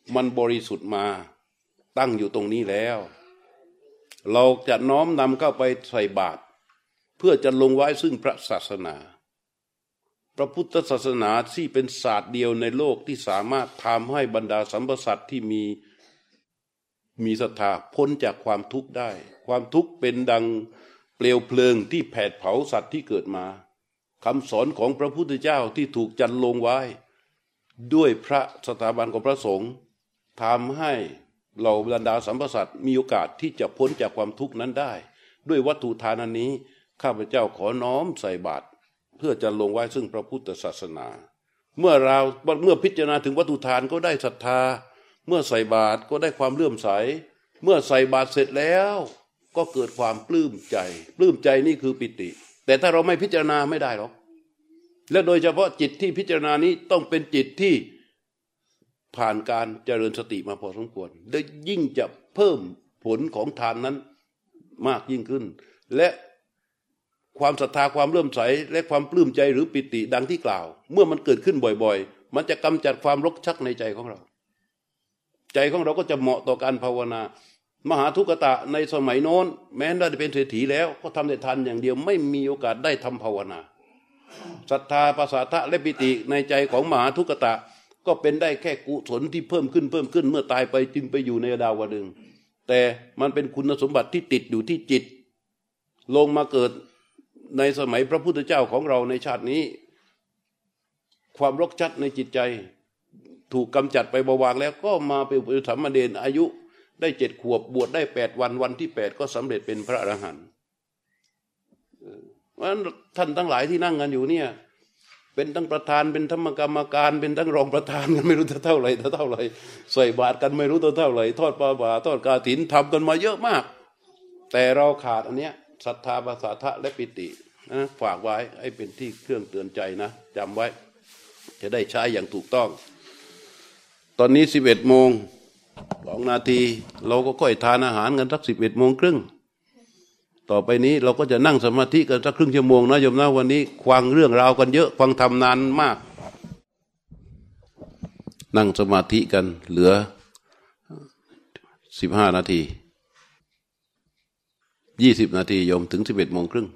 มันบริสุทธิ์มาตั้งอยู่ตรงนี้แล้วเราจะน้อมนำเข้าไปใส่บาตรเพื่อจะลงไว้ซึ่งพระศาสนาพระพุทธศาสนาที่เป็นศาสตร์เดียวในโลกที่สามารถทำให้บรรดาสรรพสัตว์ที่มีมีศรัทธาพ้นจากความทุกข์ได้ความทุกข์เป็นดังเปลวเพลิงที่แผดเผาสัตว์ที่เกิดมาคำสอนของพระพุทธเจ้าที่ถูกจันลงไว้ด้วยพระสถาบันของพระสงฆ์ทำให้เหล่าบรรดาสรรพสัตว์มีโอกาสที่จะพ้นจากความทุกข์นั้นได้ด้วยวัตถุทานอันนี้ข้าพเจ้าขอน้อมใส่บาตรเพื่อจะลงไว้ซึ่งพระพุทธศาสนาเมื่อเราเมื่อพิจารณาถึงวัตถุทานก็ได้ศรัทธาเมื่อใส่บาตรก็ได้ความเลื่อมใสเมื่อใส่บาตรเสร็จแล้วก็เกิดความปลื้มใจปลื้มใจนี่คือปิติแต่ถ้าเราไม่พิจารณาไม่ได้หรอกและโดยเฉพาะจิตที่พิจารณานี้ต้องเป็นจิตที่ผ่านการเจริญสติมาพอสมควรและยิ่งจะเพิ่มผลของทานนั้นมากยิ่งขึ้นและความศรัทธาความเลื่อมใสและความปลื้มใจหรือปิติดังที่กล่าวเมื่อมันเกิดขึ้นบ่อยๆมันจะกำจัดความรกชักในใจของเราใจของเราก็จะเหมาะต่อการภาวนามหาทุกตะในสมัยโน้นแม้ได้เป็นเศรษฐีแล้วก็ทำแต่ทานอย่างเดียวไม่มีโอกาสได้ทำภาวนาศรัทธาปัสสาทะและปิติในใจของมหาทุกตะก็เป็นได้แค่กุศลที่เพิ่มขึ้นเพิ่มขึ้นเมื่อตายไปจึงไปอยู่ในดาวดึงส์แต่มันเป็นคุณสมบัติที่ติดอยู่ที่จิตลงมาเกิดในสมัยพระพุทธเจ้าของเราในชาตินี้ความรกชัดในจิตใจถูกกำจัดไปเบาบางแล้วก็มาเป็นอุปถัมภ์เณรอายุได้เจ็ดขวบบวชได้แปดวันวันที่แปดก็สำเร็จเป็นพระอรหันต์เพราะฉะนั้นท่านทั้งหลายที่นั่งกันอยู่เนี่ยเป็นทั้งประธานเป็นธรรมกรรมการเป็นทั้งรองประธานกันไม่รู้เท่าไหร่เท่าไหร่ใส่บาตรกันไม่รู้เท่าไหร่ทอดปลาบ่าทอดกฐินทำกันมาเยอะมากแต่เราขาดอันเนี้ยศรัทธาปัสสาทะและปิตินะฝากไว้ให้เป็นที่เครื่องเตือนใจนะจำไว้จะได้ใช้อย่างถูกต้องตอนนี้สิบเอ็ดโมงสองนาทีเราก็ค่อยทานอาหารกันสักสิบเอ็ดโมงครึ่งต่อไปนี้เราก็จะนั่งสมาธิกันสักครึ่งชั่วโมงนะโยมนะวันนี้ฟังเรื่องราวกันเยอะฟังทำนานมากนั่งสมาธิกันเหลือสิบห้านาทียี่สิบนาทีโยมถึงสิบเอ็ดโมงครึ่ง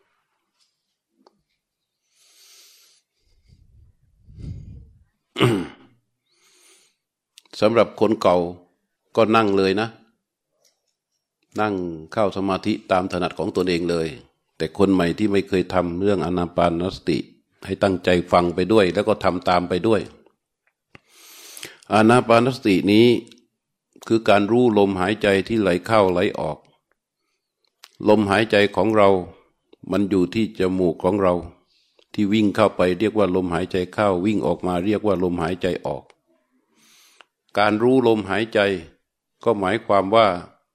สำหรับคนเก่าก็นั่งเลยนะนั่งเข้าสมาธิตามถนัดของตนเองเลยแต่คนใหม่ที่ไม่เคยทำเรื่องอานาปานสติให้ตั้งใจฟังไปด้วยแล้วก็ทำตามไปด้วยอานาปานสตินี้คือการรู้ลมหายใจที่ไหลเข้าไหลออกลมหายใจของเรามันอยู่ที่จมูกของเราที่วิ่งเข้าไปเรียกว่าลมหายใจเข้าวิ่งออกมาเรียกว่าลมหายใจออกการรู้ลมหายใจก็หมายความว่า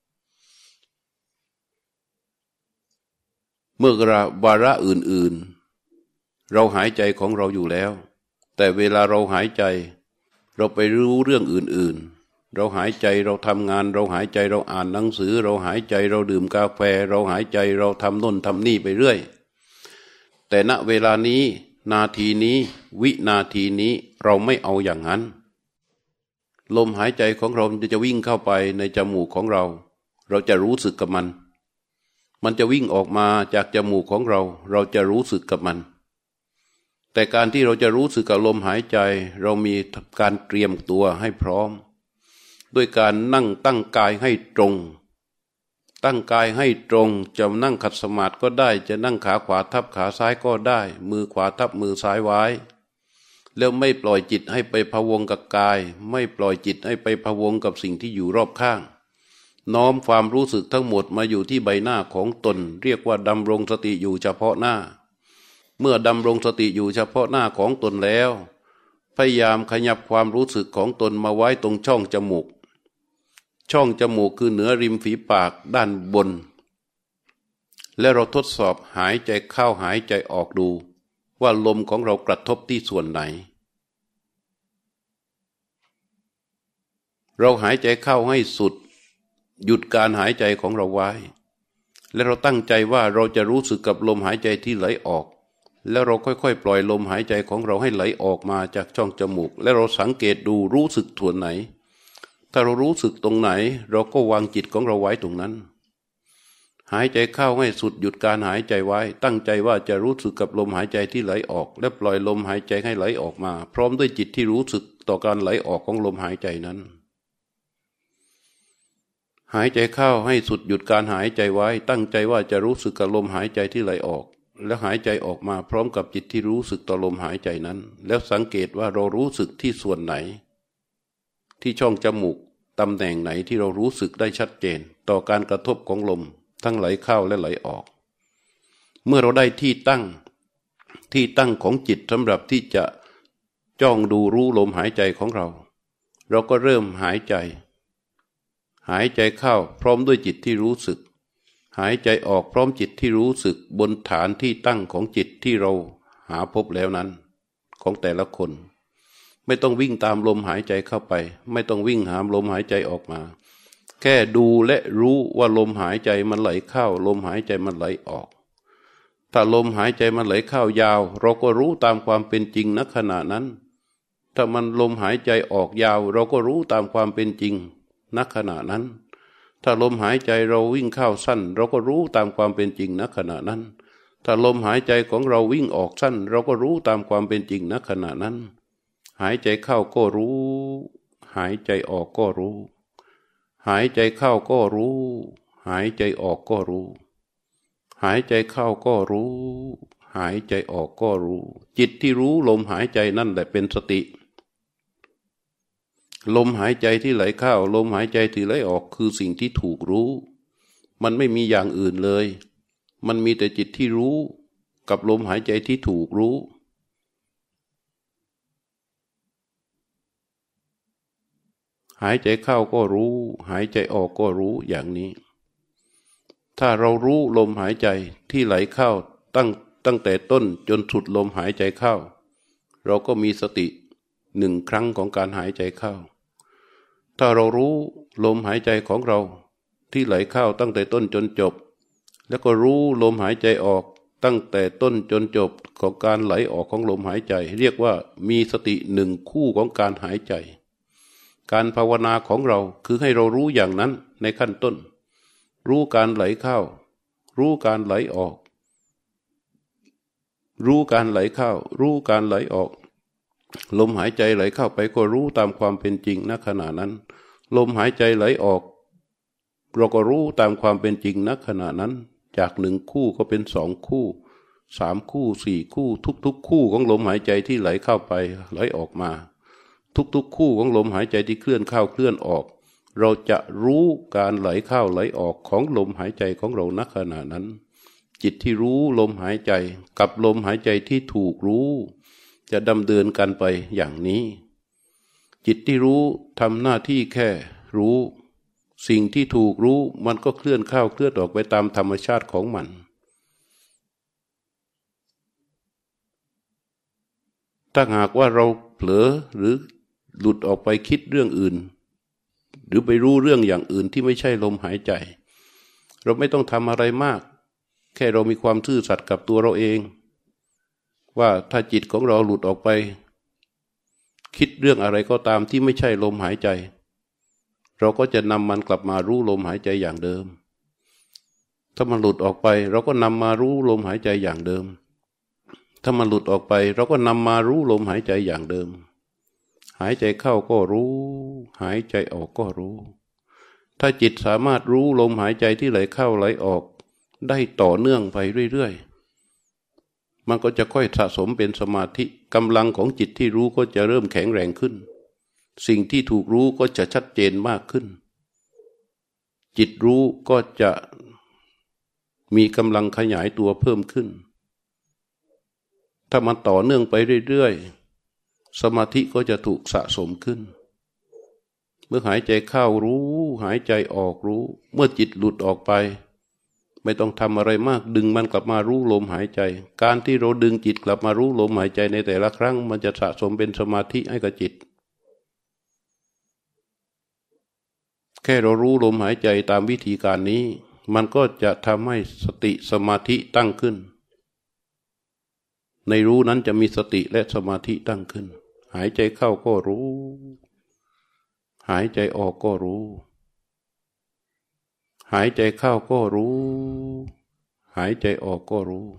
เมื่อกระวาระอื่นๆเราหายใจของเราอยู่แล้วแต่เวลาเราหายใจเราไปรู้เรื่องอื่นๆเราหายใจเราทำงานเราหายใจเราอ่านหนังสือเราหายใจเราดื่มกาแฟเราหายใจเราทำโน่นทำนี่ไปเรื่อยแต่ณเวลานี้นาทีนี้วินาทีนี้เราไม่เอาอย่างนั้นลมหายใจของเราจะวิ่งเข้าไปในจมูกของเราเราจะรู้สึกกับมันมันจะวิ่งออกมาจากจมูกของเราเราจะรู้สึกกับมันแต่การที่เราจะรู้สึกกับลมหายใจเรามีการเตรียมตัวให้พร้อมด้วยการนั่งตั้งกายให้ตรงตั้งกายให้ตรงจะนั่งขัดสมาธิก็ได้จะนั่งขาขวาทับขาซ้ายก็ได้มือขวาทับมือซ้ายไว้แล้วไม่ปล่อยจิตให้ไปพะวงกับกายไม่ปล่อยจิตให้ไปพะวงกับสิ่งที่อยู่รอบข้างน้อมความรู้สึกทั้งหมดมาอยู่ที่ใบหน้าของตนเรียกว่าดำรงสติอยู่เฉพาะหน้าเมื่อดำรงสติอยู่เฉพาะหน้าของตนแล้วพยายามขยับความรู้สึกของตนมาไว้ตรงช่องจมูกช่องจมูกคือเหนือริมฝีปากด้านบนและเราทดสอบหายใจเข้าหายใจออกดูว่าลมของเรากระทบที่ส่วนไหนเราหายใจเข้าให้สุดหยุดการหายใจของเราไว้และเราตั้งใจว่าเราจะรู้สึกกับลมหายใจที่ไหลออกแล้วเราค่อยๆปล่อยลมหายใจของเราให้ไหลออกมาจากช่องจมูกและเราสังเกตดูรู้สึกส่วนไหนถ้าเรารู้สึกตรงไหนเราก็วางจิตของเราไว้ตรงนั้นหายใจเข้าให้สุดหยุดการหายใจไว้ตั้งใจว่าจะรู้สึกกับลมหายใจที่ไหลออกและปล่อยลมหายใจให้ไหลออกมาพร้อมด้วยจิตที่รู้สึกต่อการไหลออกของลมหายใจนั้นหายใจเข้าให้สุดหยุดการหายใจไว้ตั้งใจว่าจะรู้สึกกับลมหายใจที่ไหลออกและหายใจออกมาพร้อมกับจิตที่รู้สึกต่อลมหายใจนั้นแล้วสังเกตว่าเรารู้สึกที่ส่วนไหนที่ช่องจมูกตำแหน่งไหนที่เรารู้สึกได้ชัดเจนต่อการกระทบของลมทั้งไหลเข้าและไหลออกเมื่อเราได้ที่ตั้งที่ตั้งของจิตสำหรับที่จะจ้องดูรู้ลมหายใจของเราเราก็เริ่มหายใจหายใจเข้าพร้อมด้วยจิตที่รู้สึกหายใจออกพร้อมจิตที่รู้สึกบนฐานที่ตั้งของจิตที่เราหาพบแล้วนั้นของแต่ละคนไม่ต้องวิ่งตามลมหายใจเข้าไปไม่ต้องวิ่งหามลมหายใจออกมาแค่ดูและรู้ว่าลมหายใจมันไหลเข้าลมหายใจมันไหลออกถ้าลมหายใจมันไหลเข้ายาวเราก็รู้ตามความเป็นจริงณขณะนั้นถ้ามันลมหายใจออกยาวเราก็รู้ตามความเป็นจริงณขณะนั้นถ้าลมหายใจเราวิ่งเข้าสั้นเราก็รู้ตามความเป็นจริงณขณะนั้นถ้าลมหายใจของเราวิ่งออกสั้นเราก็รู้ตามความเป็นจริงณขณะนั้นหายใจเข้าก็รู้หายใจออกก็รู้หายใจเข้าก็รู้หายใจออกก็รู้หายใจเข้าก็รู้หายใจออกก็รู้จิตที่รู้ลมหายใจนั่นแหละเป็นสติลมหายใจที่ไหลเข้าลมหายใจที่ไหลออกคือสิ่งที่ถูกรู้มันไม่มีอย่างอื่นเลยมันมีแต่จิตที่รู้กับลมหายใจที่ถูกรู้หายใจเข้าก็รู้หายใจออกก็รู้อย่างนี้ถ้าเรารู้ลมหายใจที่ไหลเข้าตั้งตั้งแต่ต้นจนสุดลมหายใจเข้าเราก็มีสติหนึ่งครั้งของการหายใจเข้าถ้าเรารู้ลมหายใจของเราที่ไหลเข้าตั้งแต่ต้นจนจบแล้วก็รู้ลมหายใจออกตั้งแต่ต้นจนจบของการไหลออกของลมหายใจเรียกว่ามีสติหนึ่งคู่ของการหายใจการภาวนาของเราคือให้เรารู้อย่างนั้นในขั้นต้นรู้การไหลเข้ารู้การไหลออกรู้การไหลเข้ารู้การไหลออกลมหายใจไหลเข้าไปก็รู้ตามความเป็นจริงณขณะนั้นลมหายใจไหลออกเราก็รู้ตามความเป็นจริงณขณะนั้นจากหนึ่งคู่ก็เป็นสองคู่สามคู่สี่คู่ทุกๆคู่ของลมหายใจที่ไหลเข้าไปไหลออกมาทุกๆคู่ของลมหายใจที่เคลื่อนเข้าเคลื่อนออกเราจะรู้การไหลเข้าไหลออกของลมหายใจของเราณขณะนั้นจิตที่รู้ลมหายใจกับลมหายใจที่ถูกรู้จะดำเนินกันไปอย่างนี้จิตที่รู้ทำหน้าที่แค่รู้สิ่งที่ถูกรู้มันก็เคลื่อนเข้าเคลื่อนออกไปตามธรรมชาติของมันถ้าหากว่าเราเผลอหรือหลุดออกไปคิดเรื่องอื่นหรือไปรู้เรื่องอย่างอื่นที่ไม่ใช่ลมหายใจเราไม่ต้องทำอะไรมากแค่เรามีความซื่อสัตย์กับตัวเราเองว่าถ้าจิตของเราหลุดออกไปคิดเรื่องอะไรก็ตามที่ไม่ใช่ลมหายใจเราก็จะนำมันกลับมารู้ลมหายใจอย่างเดิมถ้ามันหลุดออกไปเราก็นำมารู้ลมหายใจอย่างเดิมถ้ามันหลุดออกไปเราก็นำมารู้ลมหายใจอย่างเดิมหายใจเข้าก็รู้หายใจออกก็รู้ถ้าจิตสามารถรู้ลมหายใจที่ไหลเข้าไหลออกได้ต่อเนื่องไปเรื่อยๆมันก็จะค่อยสะสมเป็นสมาธิกำลังของจิตที่รู้ก็จะเริ่มแข็งแรงขึ้นสิ่งที่ถูกรู้ก็จะชัดเจนมากขึ้นจิตรู้ก็จะมีกำลังขยายตัวเพิ่มขึ้นถ้ามันต่อเนื่องไปเรื่อยๆสมาธิก็จะถูกสะสมขึ้นเมื่อหายใจเข้ารู้หายใจออกรู้เมื่อจิตหลุดออกไปไม่ต้องทำอะไรมากดึงมันกลับมารู้ลมหายใจการที่เราดึงจิตกลับมารู้ลมหายใจในแต่ละครั้งมันจะสะสมเป็นสมาธิให้กับจิตแค่เรารู้ลมหายใจตามวิธีการนี้มันก็จะทำให้สติสมาธิตั้งขึ้นในรู้นั้นจะมีสติและสมาธิตั้งขึ้นหายใจเข้าก็รู้หายใจออกก็รู้หายใจเข้าก็รู้หายใจออกก็รู้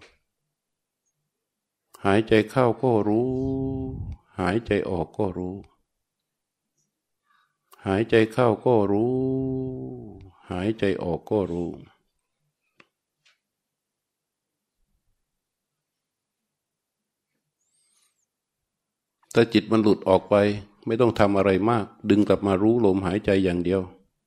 หายใจเข้าก็รู้หายใจออกก็รู้หายใจเข้าก็รู้หายใจออกก็รู้ถ้าจิตมันหลุดออกไปไม่ต้องทำอะไรมากดึงกลับมารู้ลมหายใจอย่างเดียว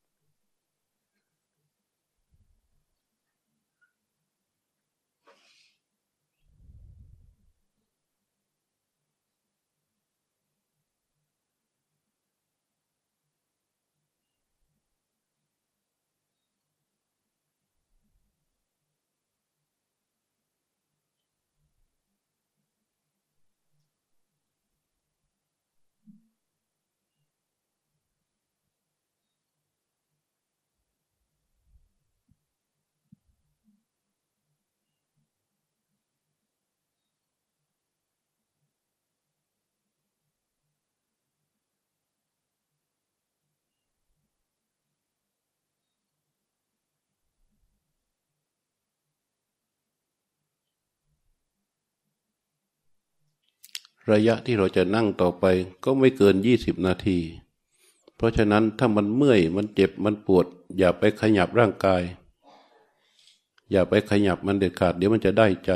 ระยะที่เราจะนั่งต่อไปก็ไม่เกินยี่สิบนาทีเพราะฉะนั้นถ้ามันเมื่อยมันเจ็บมันปวดอย่าไปขยับร่างกายอย่าไปขยับมันเด็ดขาดเดี๋ยวมันจะได้ใจ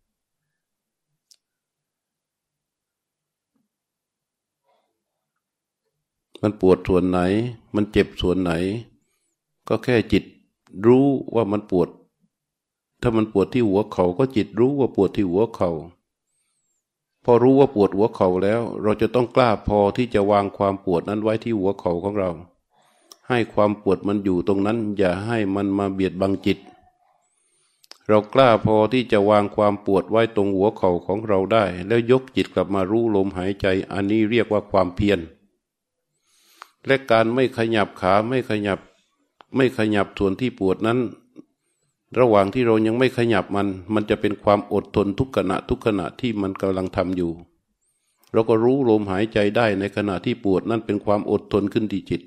มันปวดส่วนไหนมันเจ็บส่วนไหนก็แค่จิตรู้ว่ามันปวดถ้ามันปวดที่หัวเข่าก็จิตรู้ว่าปวดที่หัวเข่าพอรู้ว่าปวดหัวเข่าแล้วเราจะต้องกล้าพอที่จะวางความปวดนั้นไว้ที่หัวเข่าของเราให้ความปวดมันอยู่ตรงนั้นอย่าให้มันมาเบียดบังจิตเรากล้าพอที่จะวางความปวดไว้ตรงหัวเข่าของเราได้แล้วยกจิตกลับมารู้ลมหายใจอันนี้เรียกว่าความเพียรและการไม่ขยับขาไม่ขยับไม่ขยับส่วนที่ปวดนั้นระหว่างที่เรายังไม่ขยับมันมันจะเป็นความอดทนทุกขณะทุกขณะที่มันกำลังทำอยู่เราก็รู้ลมหายใจได้ในขณะที่ปวดนั่นเป็นความอดทนขึ้นที่จิต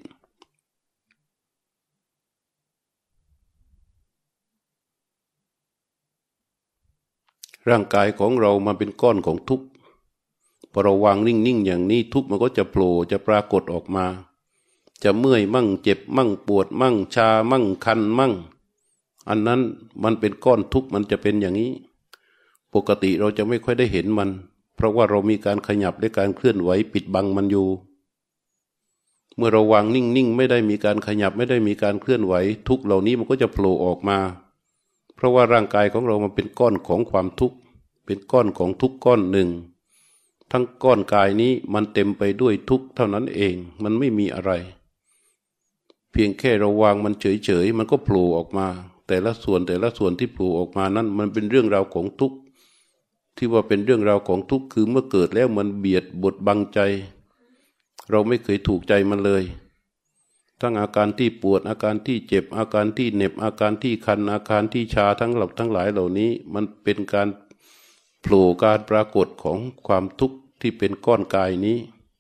ร่างกายของเรามันเป็นก้อนของทุกข์พอเราวางนิ่งๆอย่างนี้ทุกข์มันก็จะโผล่จะปรากฏออกมาจะเมื่อยมั่งเจ็บมั่งปวดมั่งชามั่งคันมั่งอันนั้นมันเป็นก้อนทุกข์มันจะเป็นอย่างนี้ปกติเราจะไม่ค่อยได้เห็นมันเพราะว่าเรามีการขยับและการเคลื่อนไหวปิดบังมันอยู่เมื่อเราวางนิ่งๆไม่ได้มีการขยับไม่ได้มีการเคลื่อนไหวทุกข์เหล่านี้มันก็จะโผล่ออกมาเพราะว่าร่างกายของเรามันเป็นก้อนของความทุกข์เป็นก้อนของทุกข์ก้อนหนึ่งทั้งก้อนกายนี้มันเต็มไปด้วยทุกข์เท่านั้นเองมันไม่มีอะไรเพียงแค่เราวางมันเฉยๆมันก็โผล่ออกมาแต่ละส่วนแต่ละส่วนที่โผล่ออกมานั้นมันเป็นเรื่องราวของทุกข์ที่ว่าเป็นเรื่องราวของทุกข์คือเมื่อเกิดแล้วมันเบียดบดบังใจเราไม่เคยถูกใจมันเลยทั้งอาการที่ปวดอาการที่เจ็บอาการที่เหน็บอาการที่คันอาการที่ชาทั้งหลับทั้งหลายเหล่านี้มันเป็นการโผล่การปรากฏของความทุกข์ที่เป็นก้อนกายนี้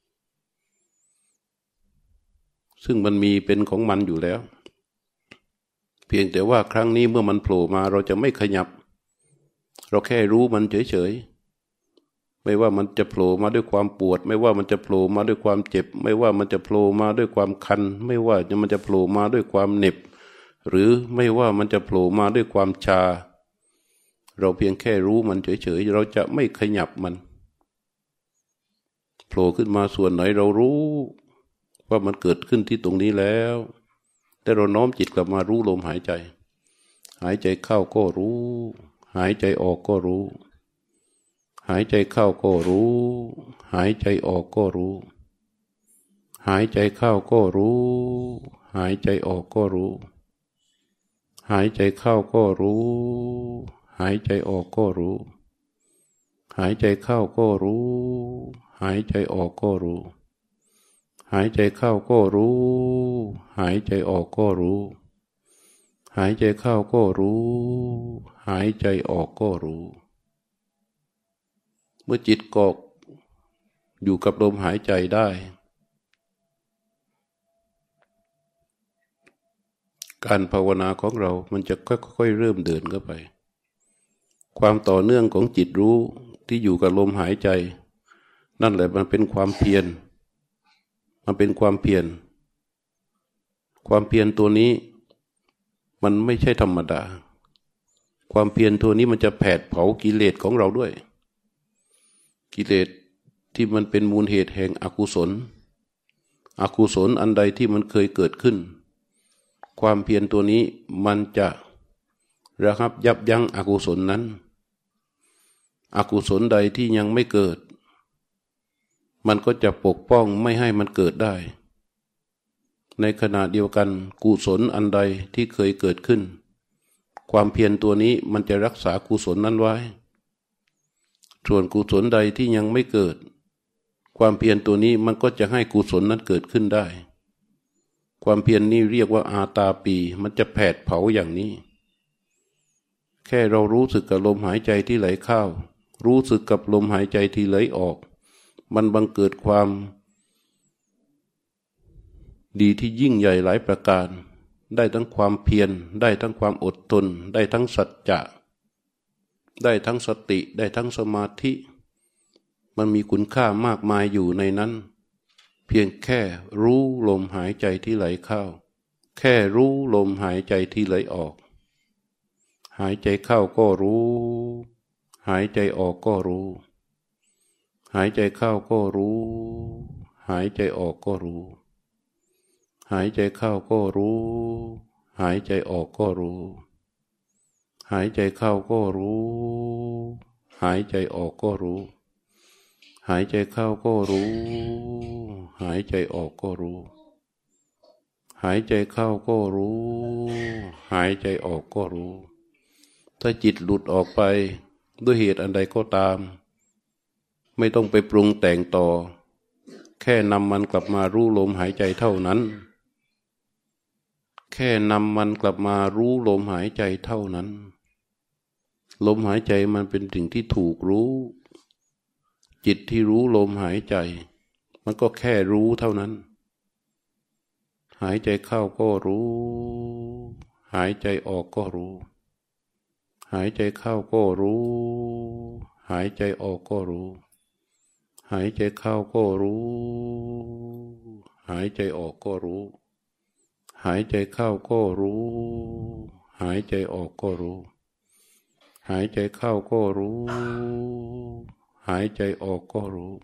ซึ่งมันมีเป็นของมันอยู่แล้วเพียงแต่ว่าครั้งนี้เมื่อมันโผล่มาเราจะไม่ขยับเราแค่รู้มันเฉยๆไม่ว่ามันจะโผล่มาด้วยความปวดไม่ว่ามันจะโผล่มาด้วยความเจ็บไม่ว่ามันจะโผล่มาด้วยความคันไม่ว่ามันจะโผล่มาด้วยความเหน็บหรือไม่ว่ามันจะโผล่มาด้วยความชาเราเพียงแค่รู้มันเฉยๆเราจะไม่ขยับมันโผล่ขึ้นมาส่วนไหนเรารู้ว่ามันเกิดขึ้นที่ตรงนี้แล้วแต่เราน้อมจิตกลับมารู้ลมหายใจหายใจเข้าก็รู้หายใจออกก็รู้หายใจเข้าก็รู้หายใจออกก็รู้หายใจเข้าก็รู้หายใจออกก็รู้หายใจเข้าก็รู้หายใจออกก็รู้หายใจเข้าก็รู้หายใจออกก็รู้หายใจเข้าก็รู้หายใจออกก็รู้หายใจเข้าก็รู้หายใจออกก็รู้เมื่อจิตเกาะอยู่กับลมหายใจได้การภาวนาของเรามันจะค่อยๆเริ่มเดินเข้าไปความต่อเนื่องของจิตรู้ที่อยู่กับลมหายใจนั่นแหละมันเป็นความเพียรมันเป็นความเพียรความเพียรตัวนี้มันไม่ใช่ธรรมดาความเพียรตัวนี้มันจะแผดเผากิเลสของเราด้วยกิเลสที่มันเป็นมูลเหตุแห่งอกุศลอกุศลอันใดที่มันเคยเกิดขึ้นความเพียรตัวนี้มันจะระงับยับยั้งอกุศลนั้นอกุศลใดที่ยังไม่เกิดมันก็จะปกป้องไม่ให้มันเกิดได้ในขณะเดียวกันกุศลอันใดที่เคยเกิดขึ้นความเพียรตัวนี้มันจะรักษากุศลนั้นไว้ส่วนกุศลใดที่ยังไม่เกิดความเพียรตัวนี้มันก็จะให้กุศลนั้นเกิดขึ้นได้ความเพียรนี้เรียกว่าอาตาปีมันจะแผดเผาอย่างนี้แค่เรารู้สึกกับลมหายใจที่ไหลเข้ารู้สึกกับลมหายใจที่ไหลออกมันบังเกิดความดีที่ยิ่งใหญ่หลายประการได้ทั้งความเพียรได้ทั้งความอดทนได้ทั้งสัจจะได้ทั้งสติได้ทั้งสมาธิมันมีคุณค่ามากมายอยู่ในนั้นเพียงแค่รู้ลมหายใจที่ไหลเข้าแค่รู้ลมหายใจที่ไหลออกหายใจเข้าก็รู้หายใจออกก็รู้หายใจเข้าก็รู้หายใจออกก็รู้หายใจเข้าก็รู้หายใจออกก็รู้หายใจเข้าก็รู้หายใจออกก็รู้หายใจเข้าก็รู้หายใจออกก็รู้หายใจเข้าก็รู้หายใจออกก็รู้ถ้าจิตหลุดออกไปด้วยเหตุอันใดก็ตามไม่ต้องไปปรุงแต่งต่อแค่นำมันกลับมารู้ลมหายใจเท่านั้นแค่นำมันกลับมารู้ลมหายใจเท่านั้นลมหายใจมันเป็นสิ่งที่ถูกรู้จิตที่รู้ลมหายใจมันก็แค่รู้เท่านั้นหายใจเข้าก็รู้หายใจออกก็รู้หายใจเข้าก็รู้หายใจออกก็รู้หายใจเข้าก็รู้หายใจออกก็รู้หายใจเข้าก็รู้หายใจออกก็รู้หายใจเข้าก็รู้หายใจออกก็รู้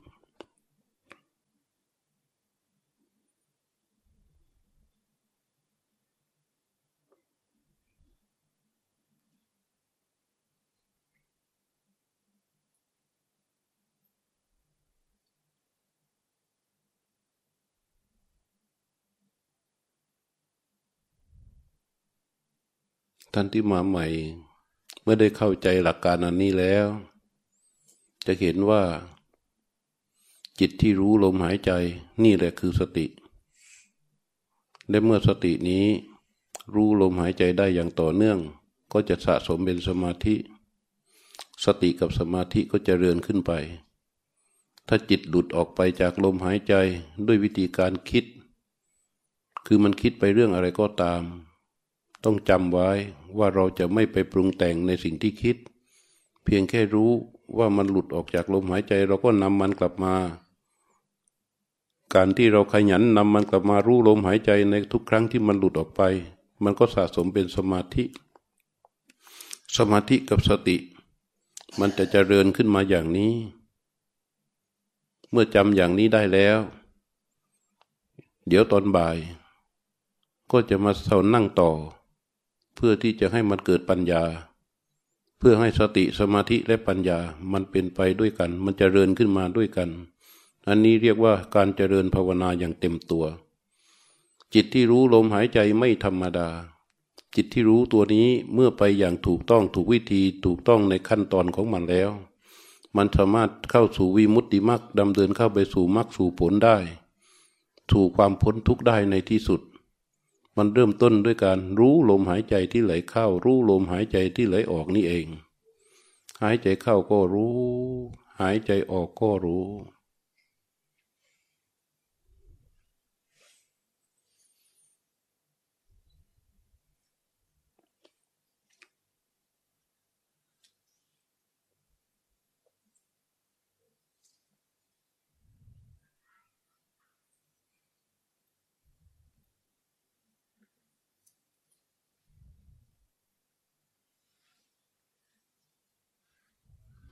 ท่านที่มาใหม่เมื่อได้เข้าใจหลักการอันนี้แล้วจะเห็นว่าจิตที่รู้ลมหายใจนี่แหละคือสติและเมื่อสตินี้รู้ลมหายใจได้อย่างต่อเนื่องก็จะสะสมเป็นสมาธิสติกับสมาธิก็จะเรือนขึ้นไปถ้าจิตหลุดออกไปจากลมหายใจด้วยวิธีการคิดคือมันคิดไปเรื่องอะไรก็ตามต้องจำไว้ว่าเราจะไม่ไปปรุงแต่งในสิ่งที่คิดเพียงแค่รู้ว่ามันหลุดออกจากลมหายใจเราก็นำมันกลับมาการที่เราขยันนำมันกลับมารู้ลมหายใจในทุกครั้งที่มันหลุดออกไปมันก็สะสมเป็นสมาธิสมาธิกับสติมันจะเจริญขึ้นมาอย่างนี้เมื่อจำอย่างนี้ได้แล้วเดี๋ยวตอนบ่ายก็จะมาเท่านั่งต่อเพื่อที่จะให้มันเกิดปัญญาเพื่อให้สติสมาธิและปัญญามันเป็นไปด้วยกันมันจเจริญขึ้นมาด้วยกันอันนี้เรียกว่าการเจริญภาวนาอย่างเต็มตัวจิตที่รู้ลมหายใจไม่ธรรมดาจิตที่รู้ตัวนี้เมื่อไปอย่างถูกต้องถูกวิธีถูกต้องในขั้นตอนของมันแล้วมันสามารถเข้าสู่วิมุตติมรรคดำเนินเข้าไปสู่มรรคสู่ผลได้สู่ความพ้นทุกข์ได้ในที่สุดมันเริ่มต้นด้วยการรู้ลมหายใจที่ไหลเข้ารู้ลมหายใจที่ไหลออกนี่เองหายใจเข้าก็รู้หายใจออกก็รู้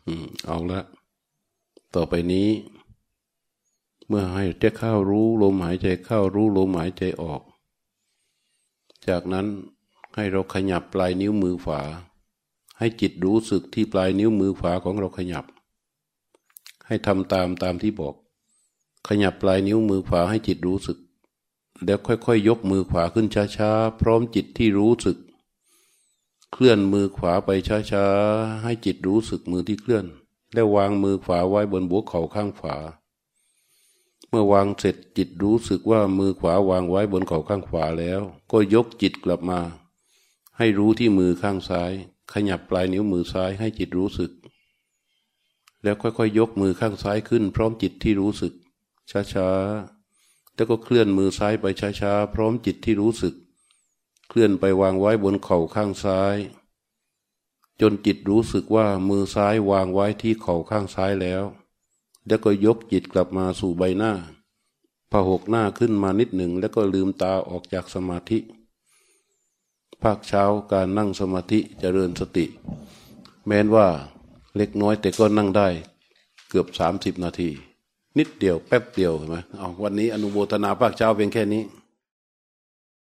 อืมเอาละต่อไปนี้เมื่อให้จะเข้ารู้ลมหายใจเข้ารู้ลมหายใจออกจากนั้นให้เราขยับปลายนิ้วมือขวาให้จิตรู้สึกที่ปลายนิ้วมือขวาของเราขยับให้ทำตามตามที่บอกขยับปลายนิ้วมือขวาให้จิตรู้สึกแล้วค่อยๆ ย, ยกมือขวาขึ้นช้าๆพร้อมจิตที่รู้สึกเคลื่อนมือขวาไปช้าๆให้จิตรู้สึกมือที่เคลื่อนแล้ววางมือขวาไว้บนหัวเข่าข้างขวาเมื่อวางเสร็จจิตรู้สึกว่ามือขวาวางไว้บนเข่าข้างขวาแล้วก็ยกจิตกลับมาให้รู้ที่มือข้างซ้ายขยับปลายนิ้วมือซ้ายให้จิตรู้สึกแล้วค่อยๆ ย, ยกมือข้างซ้ายขึ้นพร้อมจิตที่รู้สึกช้าๆแล้วก็เคลื่อนมือซ้ายไปช้าๆพร้อมจิตที่รู้สึกเคลื่อนไปวางไว้บนเข่าข้างซ้ายจนจิตรู้สึกว่ามือซ้ายวางไว้ที่เข่าข้างซ้ายแล้วแล้วก็ยกจิตกลับมาสู่ใบหน้าพหกหน้าขึ้นมานิดหนึ่งแล้วก็ลืมตาออกจากสมาธิภาคเช้าการนั่งสมาธิเจริญสติแม้นว่าเล็กน้อยแต่ก็นั่งได้เกือบสามสิบนาทีนิดเดียวแป๊บเดียวเห็นไหมเอาวันนี้อนุโมทนาภาคเช้าเพียงแค่นี้